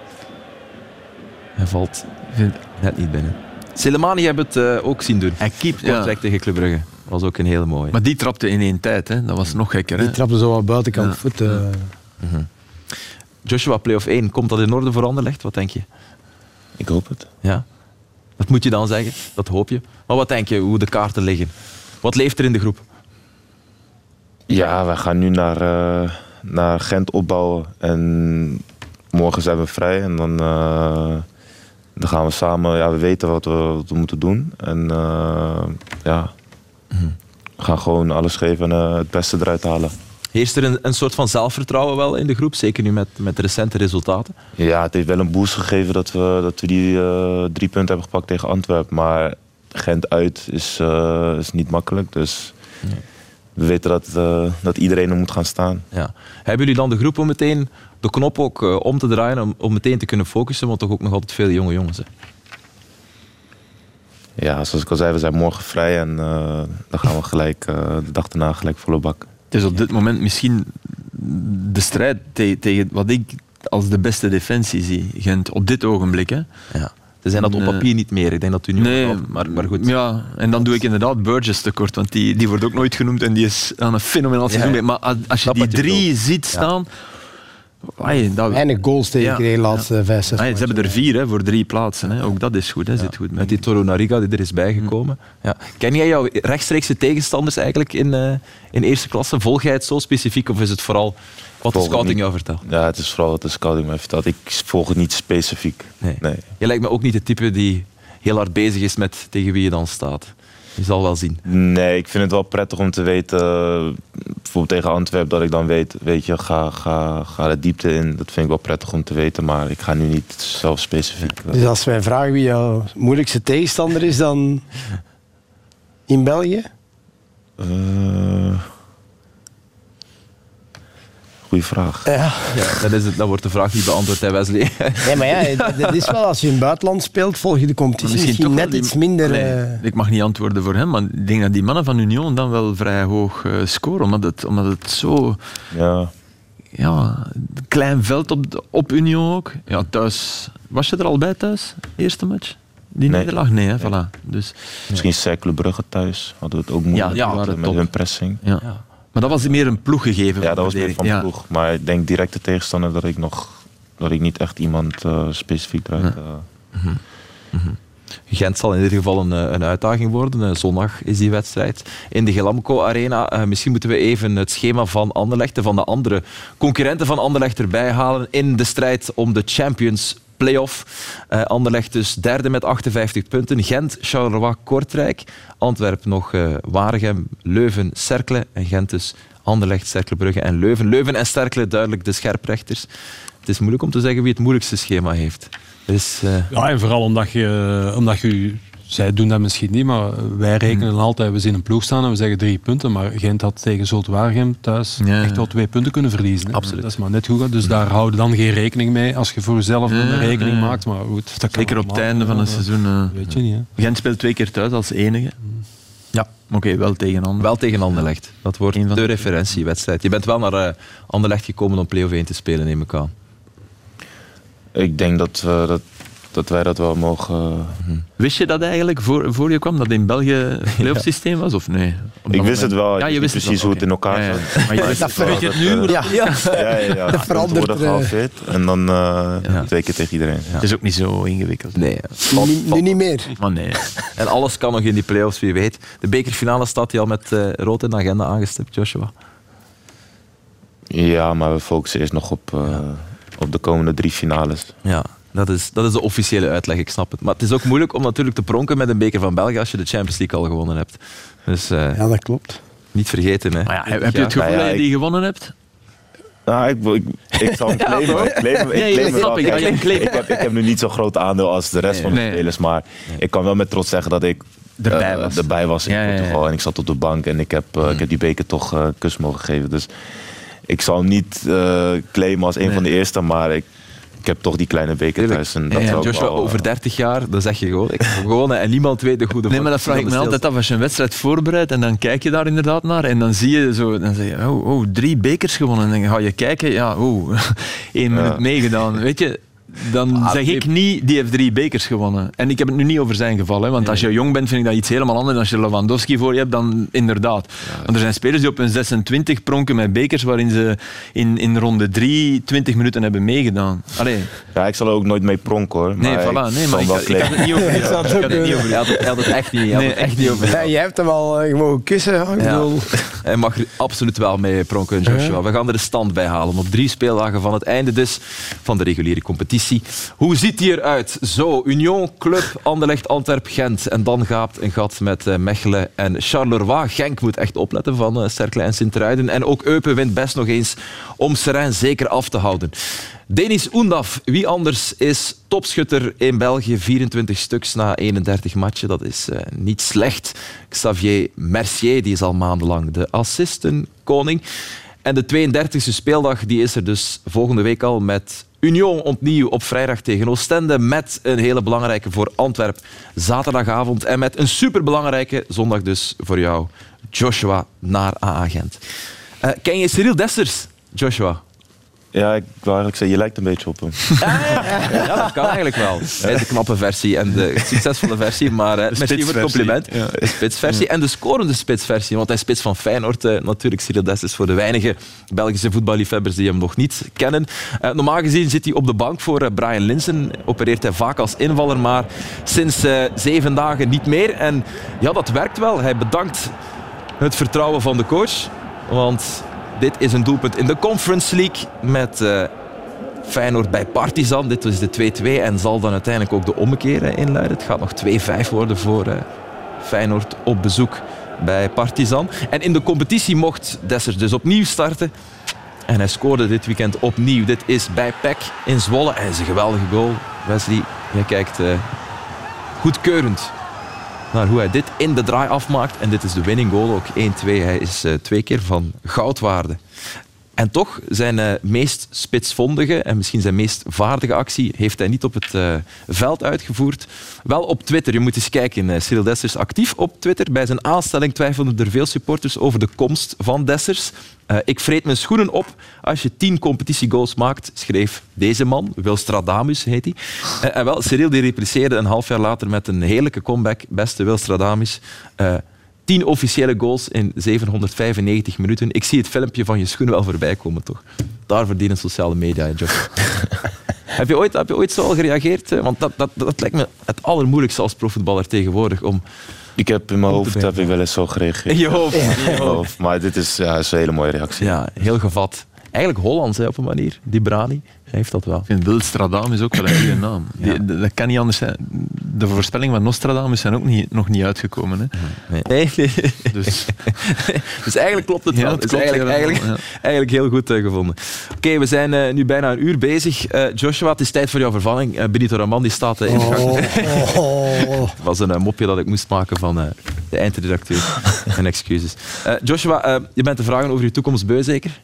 Hij valt net niet binnen. Selemani hebben het uh, ook zien doen. Hij keept Kortrijk ja. tegen Club Brugge. Was ook een hele mooie. Maar die trapte in één tijd, hè? Dat was nog gekker. Hè? Die trapte zo aan buitenkant ja. voet. Uh... Mm-hmm. Joshua, play-off één, komt dat in orde voor Anderlecht? Wat denk je? Ik hoop het. Ja. Wat moet je dan zeggen? Dat hoop je. Maar wat denk je, hoe de kaarten liggen? Wat leeft er in de groep? Ja, we gaan nu naar, uh, naar Gent opbouwen. En morgen zijn we vrij. En dan, uh, dan gaan we samen... Ja, we weten wat we, wat we moeten doen. En uh, ja, mm-hmm. we gaan gewoon alles geven en uh, het beste eruit halen. Heerst er een, een soort van zelfvertrouwen wel in de groep? Zeker nu met, met de recente resultaten? Ja, het heeft wel een boost gegeven dat we, dat we die uh, drie punten hebben gepakt tegen Antwerpen. Maar Gent uit is, uh, is niet makkelijk. Dus nee. we weten dat, uh, dat iedereen er moet gaan staan. Ja. Hebben jullie dan de groep om meteen de knop ook uh, om te draaien, om, om meteen te kunnen focussen? Want toch ook nog altijd veel jonge jongens. Hè? Ja, zoals ik al zei, we zijn morgen vrij. En uh, dan gaan we gelijk uh, de dag daarna gelijk volle bak. Het is op dit moment misschien de strijd tegen, tegen wat ik als de beste defensie zie. Gent op dit ogenblik. Hè. Ja. Ze zijn dat op papier niet meer. Ik denk dat u nu nee, valt, maar, maar goed. Ja, en dan doe ik inderdaad Burgess tekort, want die, die wordt ook nooit genoemd en die is aan een fenomenaal seizoen. Ja, maar als je die drie ziet staan... Ja. Dat... Weinig goals tegen ja. de laatste ja. vijf, zes ah, Ze hebben er vier hè, voor drie plaatsen. Hè. Ook dat is goed. Hè. Ja. Zit goed met die Toro Nariga die er is bijgekomen. Ja. Ken jij jouw rechtstreekse tegenstanders eigenlijk in, uh, in eerste klasse? Volg jij het zo specifiek of is het vooral wat de scouting jou vertelt? Ja, het is vooral wat de scouting mij vertelt. Ik volg het niet specifiek. Nee. Nee. Je lijkt me ook niet de type die heel hard bezig is met tegen wie je dan staat. Je zal wel zien. Nee, ik vind het wel prettig om te weten, bijvoorbeeld tegen Antwerpen, dat ik dan weet, weet je, ga, ga, ga de diepte in. Dat vind ik wel prettig om te weten, maar ik ga nu niet zelf specifiek. Dus als wij vragen wie jouw moeilijkste tegenstander is dan in België? Uh... Goeie vraag. Ja. Ja, dan, is het, dan wordt de vraag niet beantwoord, hè, Wesley. Nee, maar ja, dat is wel als je in het buitenland speelt, volg je de competitie misschien, misschien net die, iets minder... Nee, uh... Ik mag niet antwoorden voor hem, maar ik denk dat die mannen van Union dan wel vrij hoog uh, scoren, omdat het, omdat het zo... Ja. Ja, klein veld op, op Union ook. Ja, thuis... Was je er al bij thuis, eerste match? Die nee. nederlaag? Nee, hè, nee. Voilà. Dus, misschien Cercle Brugge thuis, hadden we het ook moeilijk ja, ja, met top. hun pressing. Ja. Ja. Maar dat was meer een ploeggegeven. Ja, dat was meer van ja. ploeg. Maar ik denk directe tegenstander dat ik nog dat ik niet echt iemand uh, specifiek eruit... Uh... Mm-hmm. Mm-hmm. Gent zal in ieder geval een, een uitdaging worden. Zondag is die wedstrijd in de Ghelamco Arena. Uh, misschien moeten we even het schema van Anderlecht en van de andere concurrenten van Anderlecht erbij halen in de strijd om de Champions play-off. Uh, Anderlecht dus derde met achtenvijftig punten. Gent, Charleroi, Kortrijk. Antwerpen nog uh, Waregem, Leuven, Cercle. En Gent dus Anderlecht, Cercle, Brugge en Leuven. Leuven en Cercle duidelijk de scherprechters. Het is moeilijk om te zeggen wie het moeilijkste schema heeft. Dus, uh... Ja, en vooral omdat je... Omdat je zij doen dat misschien niet, maar wij rekenen hmm. altijd, we zien een ploeg staan en we zeggen drie punten, maar Gent had tegen Zulte Waregem thuis ja, echt wel twee punten kunnen verliezen. Hè. Absoluut. Dat is maar net goed. Dus daar houden dan geen rekening mee als je voor jezelf ja, een rekening ja. maakt. Maar goed, dat zeker op het einde van het seizoen. Uh, weet je niet. Hè. Gent speelt twee keer thuis als enige. Ja. Oké, okay, wel tegen Anderlecht. Wel tegen Anderlecht. Dat wordt de, de referentiewedstrijd. Je bent wel naar uh, Anderlecht gekomen om play-off één te spelen, neem ik aan. Ik denk dat we dat... dat wij dat wel mogen... Uh... Wist je dat eigenlijk voor, voor je kwam, dat in België het play-off systeem was, of nee? Op ik wist het wel, ik ja, je wist wist precies het hoe het in elkaar zat. Ja, ja. Maar je wist dat weet je het nu? Ja, ja. ja, ja, ja. Dat verandert. worden gehalveerd en dan uh, ja. twee keer tegen iedereen. Ja. Het is ook niet zo ingewikkeld. Nee. Nu, nu niet meer. Maar nee. En alles kan nog in die play-offs, wie weet. De bekerfinale staat hij al met uh, rood in de agenda aangestipt, Joshua. Ja, maar we focussen eerst nog op, uh, ja. op de komende drie finales. Ja. Dat is, dat is de officiële uitleg, ik snap het. Maar het is ook moeilijk om natuurlijk te pronken met een beker van België als je de Champions League al gewonnen hebt. Dus, uh, ja, dat klopt. Niet vergeten, hè. Maar ja, heb je het gevoel ja, ja, dat je die gewonnen hebt? Nou, ik, ik, ik zal hem claimen. Ja, ik claim, ik, claim nee, snap ik, Kijk, ik, ik, heb, ik heb nu niet zo'n groot aandeel als de rest nee, van de nee. spelers, maar nee. ik kan wel met trots zeggen dat ik erbij uh, was, erbij was in ja, Portugal. Ja, ja. En ik zat op de bank en ik heb, uh, hmm. ik heb die beker toch een uh, kus mogen geven. Dus ik zal hem niet uh, claimen als een nee. van de eerste, maar ik Ik heb toch die kleine beker thuis. En dat ja, ja, Joshua, wel, over dertig jaar, dan zeg je gewoon, ik heb gewonnen en niemand weet de goede. Nee, maar dat vraag ik me altijd af als je een wedstrijd voorbereidt en dan kijk je daar inderdaad naar en dan zie je zo, dan zeg je, oh, oh drie bekers gewonnen. En dan ga je kijken, ja, oh, één minuut ja. meegedaan. Weet je, dan ah, zeg ik niet, die heeft drie bekers gewonnen. En ik heb het nu niet over zijn geval, hè, want nee. als je jong bent vind ik dat iets helemaal anders. Als je Lewandowski voor je hebt, dan inderdaad. Ja. Want er zijn spelers die op hun zesentwintig pronken met bekers waarin ze in, in ronde drie twintig minuten hebben meegedaan. Allee. Ja, ik zal er ook nooit mee pronken hoor. Nee, maar voilà, nee, maar ik, ik, ik had het niet over ik had het niet over. Hij had het echt niet, nee, echt niet over. Ja, jij hebt hem al uh, gewoon kussen. Ja, ik ja. Hij mag er absoluut wel mee pronken, Joshua. Ja. We gaan er de stand bij halen. Op drie speeldagen van het einde dus van de reguliere competitie. Hoe ziet die eruit? Zo, Union, Club, Anderlecht, Antwerp, Gent. En dan gaat een gat met uh, Mechelen en Charleroi. Genk moet echt opletten van uh, Cercle en Sint-Truiden. En ook Eupen wint best nog eens om Seraing zeker af te houden. Denis Oendaf, wie anders is topschutter in België. vierentwintig stuks na eenendertig matchen. Dat is uh, niet slecht. Xavier Mercier die is al maandenlang de assistenkoning. En de tweeëndertigste speeldag die is er dus volgende week al met Union opnieuw op vrijdag tegen Oostende. Met een hele belangrijke voor Antwerp zaterdagavond. En met een superbelangrijke zondag dus voor jou, Joshua, naar A A Gent. Uh, ken je Cyril Dessers, Joshua? Ja, ik wou eigenlijk zeggen, je lijkt een beetje op hem. Ja, ja, ja. ja dat kan eigenlijk wel. De knappe versie en de succesvolle versie, maar uh, merci voor het compliment. Ja. De spitsversie ja. en de scorende spitsversie, want hij is spits van Feyenoord. Uh, natuurlijk, Cyril Dessers voor de weinige Belgische voetballiefhebbers die hem nog niet kennen. Uh, normaal gezien zit hij op de bank voor uh, Brian Linssen. Opereert hij vaak als invaller, maar sinds uh, zeven dagen niet meer. En ja, dat werkt wel. Hij bedankt het vertrouwen van de coach, want dit is een doelpunt in de Conference League met uh, Feyenoord bij Partizan. Dit is de twee-twee en zal dan uiteindelijk ook de ommekeer inluiden. Het gaat nog twee vijf worden voor uh, Feyenoord op bezoek bij Partizan. En in de competitie mocht Dessers dus opnieuw starten. En hij scoorde dit weekend opnieuw. Dit is bij P E C in Zwolle. En het is een geweldige goal. Wesley, jij kijkt uh, goedkeurend naar hoe hij dit in de draai afmaakt. En dit is de winning goal, ook één-twee. Hij is uh, twee keer van goudwaarde. En toch, zijn uh, meest spitsvondige en misschien zijn meest vaardige actie heeft hij niet op het uh, veld uitgevoerd. Wel op Twitter. Je moet eens kijken. Uh, Cyril Dessers actief op Twitter. Bij zijn aanstelling twijfelden er veel supporters over de komst van Dessers. Uh, ik vreet mijn schoenen op als je tien competitiegoals maakt, schreef deze man. Wilstradamus heet hij. Uh, en wel, Cyril die repliceerde een half jaar later met een heerlijke comeback. Beste Wilstradamus. Uh, tien officiële goals in zevenhonderdvijfennegentig minuten. Ik zie het filmpje van je schoenen wel voorbij komen, toch? Daar verdienen sociale media, Josh. heb, je ooit, heb je ooit zo al gereageerd? Want dat, dat, dat lijkt me het allermoeilijkste als profvoetballer tegenwoordig. Om ik heb in mijn hoofd heb ik wel eens zo gereageerd. In je hoofd? Ja. In je hoofd. Maar dit is, ja, is een hele mooie reactie. Ja, heel gevat. eigenlijk Hollands hè, op een manier. Die Brani heeft dat wel. Ik vind Wildstradamus ook wel een goede naam. Ja. Die, dat kan niet anders zijn. De voorspellingen van Nostradamus zijn ook niet, nog niet uitgekomen. Hè. Nee. Nee, nee. Dus. dus eigenlijk klopt het Ja, wel. het Het is klopt eigenlijk, helemaal, eigenlijk, ja. eigenlijk heel goed uh, gevonden. Oké, okay, we zijn uh, nu bijna een uur bezig. Uh, Joshua, het is tijd voor jouw vervanging. Uh, Benito Raman die staat uh, in de gang. Oh, oh. Het was een uh, mopje dat ik moest maken van uh, de eindredacteur. Mijn excuses. Uh, Joshua, uh, je bent te vragen over je toekomst beu, zeker?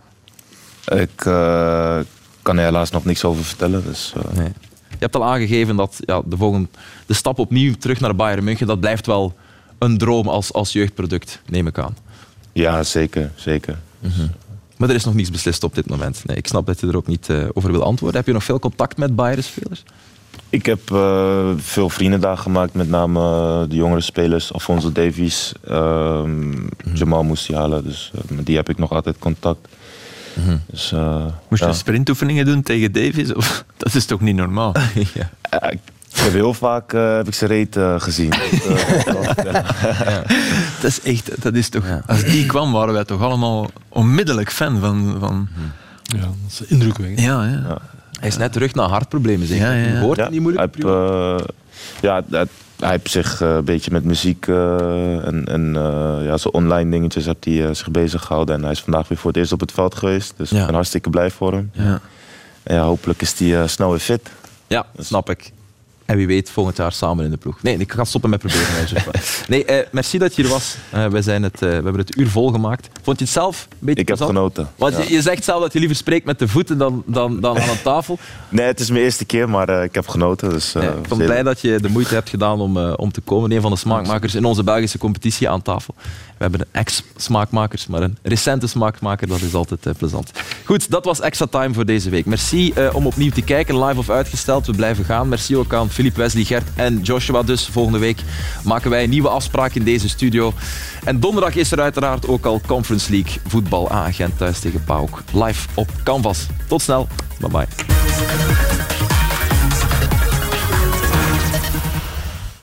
Ik uh, kan er helaas nog niks over vertellen. Dus, uh... nee. Je hebt al aangegeven dat ja, de, volgende, de stap opnieuw terug naar Bayern München, dat blijft wel een droom als, als jeugdproduct, neem ik aan. Ja, zeker. zeker. Mm-hmm. Maar er is nog niets beslist op dit moment. Nee, ik snap dat je er ook niet uh, over wil antwoorden. Heb je nog veel contact met Bayern-spelers? Ik heb uh, veel vrienden daar gemaakt, met name uh, de jongere spelers. Alfonso Davies, uh, mm-hmm. Jamal Musiala. Dus uh, met die heb ik nog altijd contact. Mm-hmm. Dus, uh, Moest je ja. sprintoefeningen doen tegen Davies? Of? Dat is toch niet normaal? ja. uh, ik heb heel vaak uh, heb ik zijn reet uh, gezien. ja. Dat is echt, dat is toch. Ja. Als die kwam, waren wij toch allemaal onmiddellijk fan van. van... Ja, dat is indrukwekkend. Ja, ja. ja. Hij is net terug naar hartproblemen, zeg. Ja, ja, ja. Je hoort ja, niet moeilijk. Heb, uh, ja, hij, hij heeft zich uh, een beetje met muziek uh, en, en uh, ja, zo online dingetjes heeft hij uh, zich bezig gehouden. En hij is vandaag weer voor het eerst op het veld geweest. Dus ja. ik ben hartstikke blij voor hem. Ja. En ja, hopelijk is hij uh, snel weer fit. Ja, dat snap ik. En wie weet, volgend jaar samen in de ploeg. Nee, ik ga stoppen met proberen. Nee, eh, merci dat je er was. Uh, wij zijn het, uh, we hebben het uur volgemaakt. Vond je het zelf een beetje Ik heb plezant? genoten. Want ja. je, je zegt zelf dat je liever spreekt met de voeten dan, dan, dan aan een tafel. Nee, het is mijn eerste keer, maar uh, ik heb genoten. Dus, uh, ja, ik ben blij dat je de moeite hebt gedaan om, uh, om te komen. Een van de smaakmakers in onze Belgische competitie aan tafel. We hebben een ex-smaakmakers, maar een recente smaakmaker, dat is altijd uh, plezant. Goed, dat was Extra Time voor deze week. Merci uh, om opnieuw te kijken, live of uitgesteld. We blijven gaan. Merci ook aan Philippe, Wesley, Gert en Joshua. Dus volgende week maken wij een nieuwe afspraak in deze studio. En donderdag is er uiteraard ook al Conference League voetbal aan Gent thuis tegen PAOK. Live op Canvas. Tot snel. Bye bye.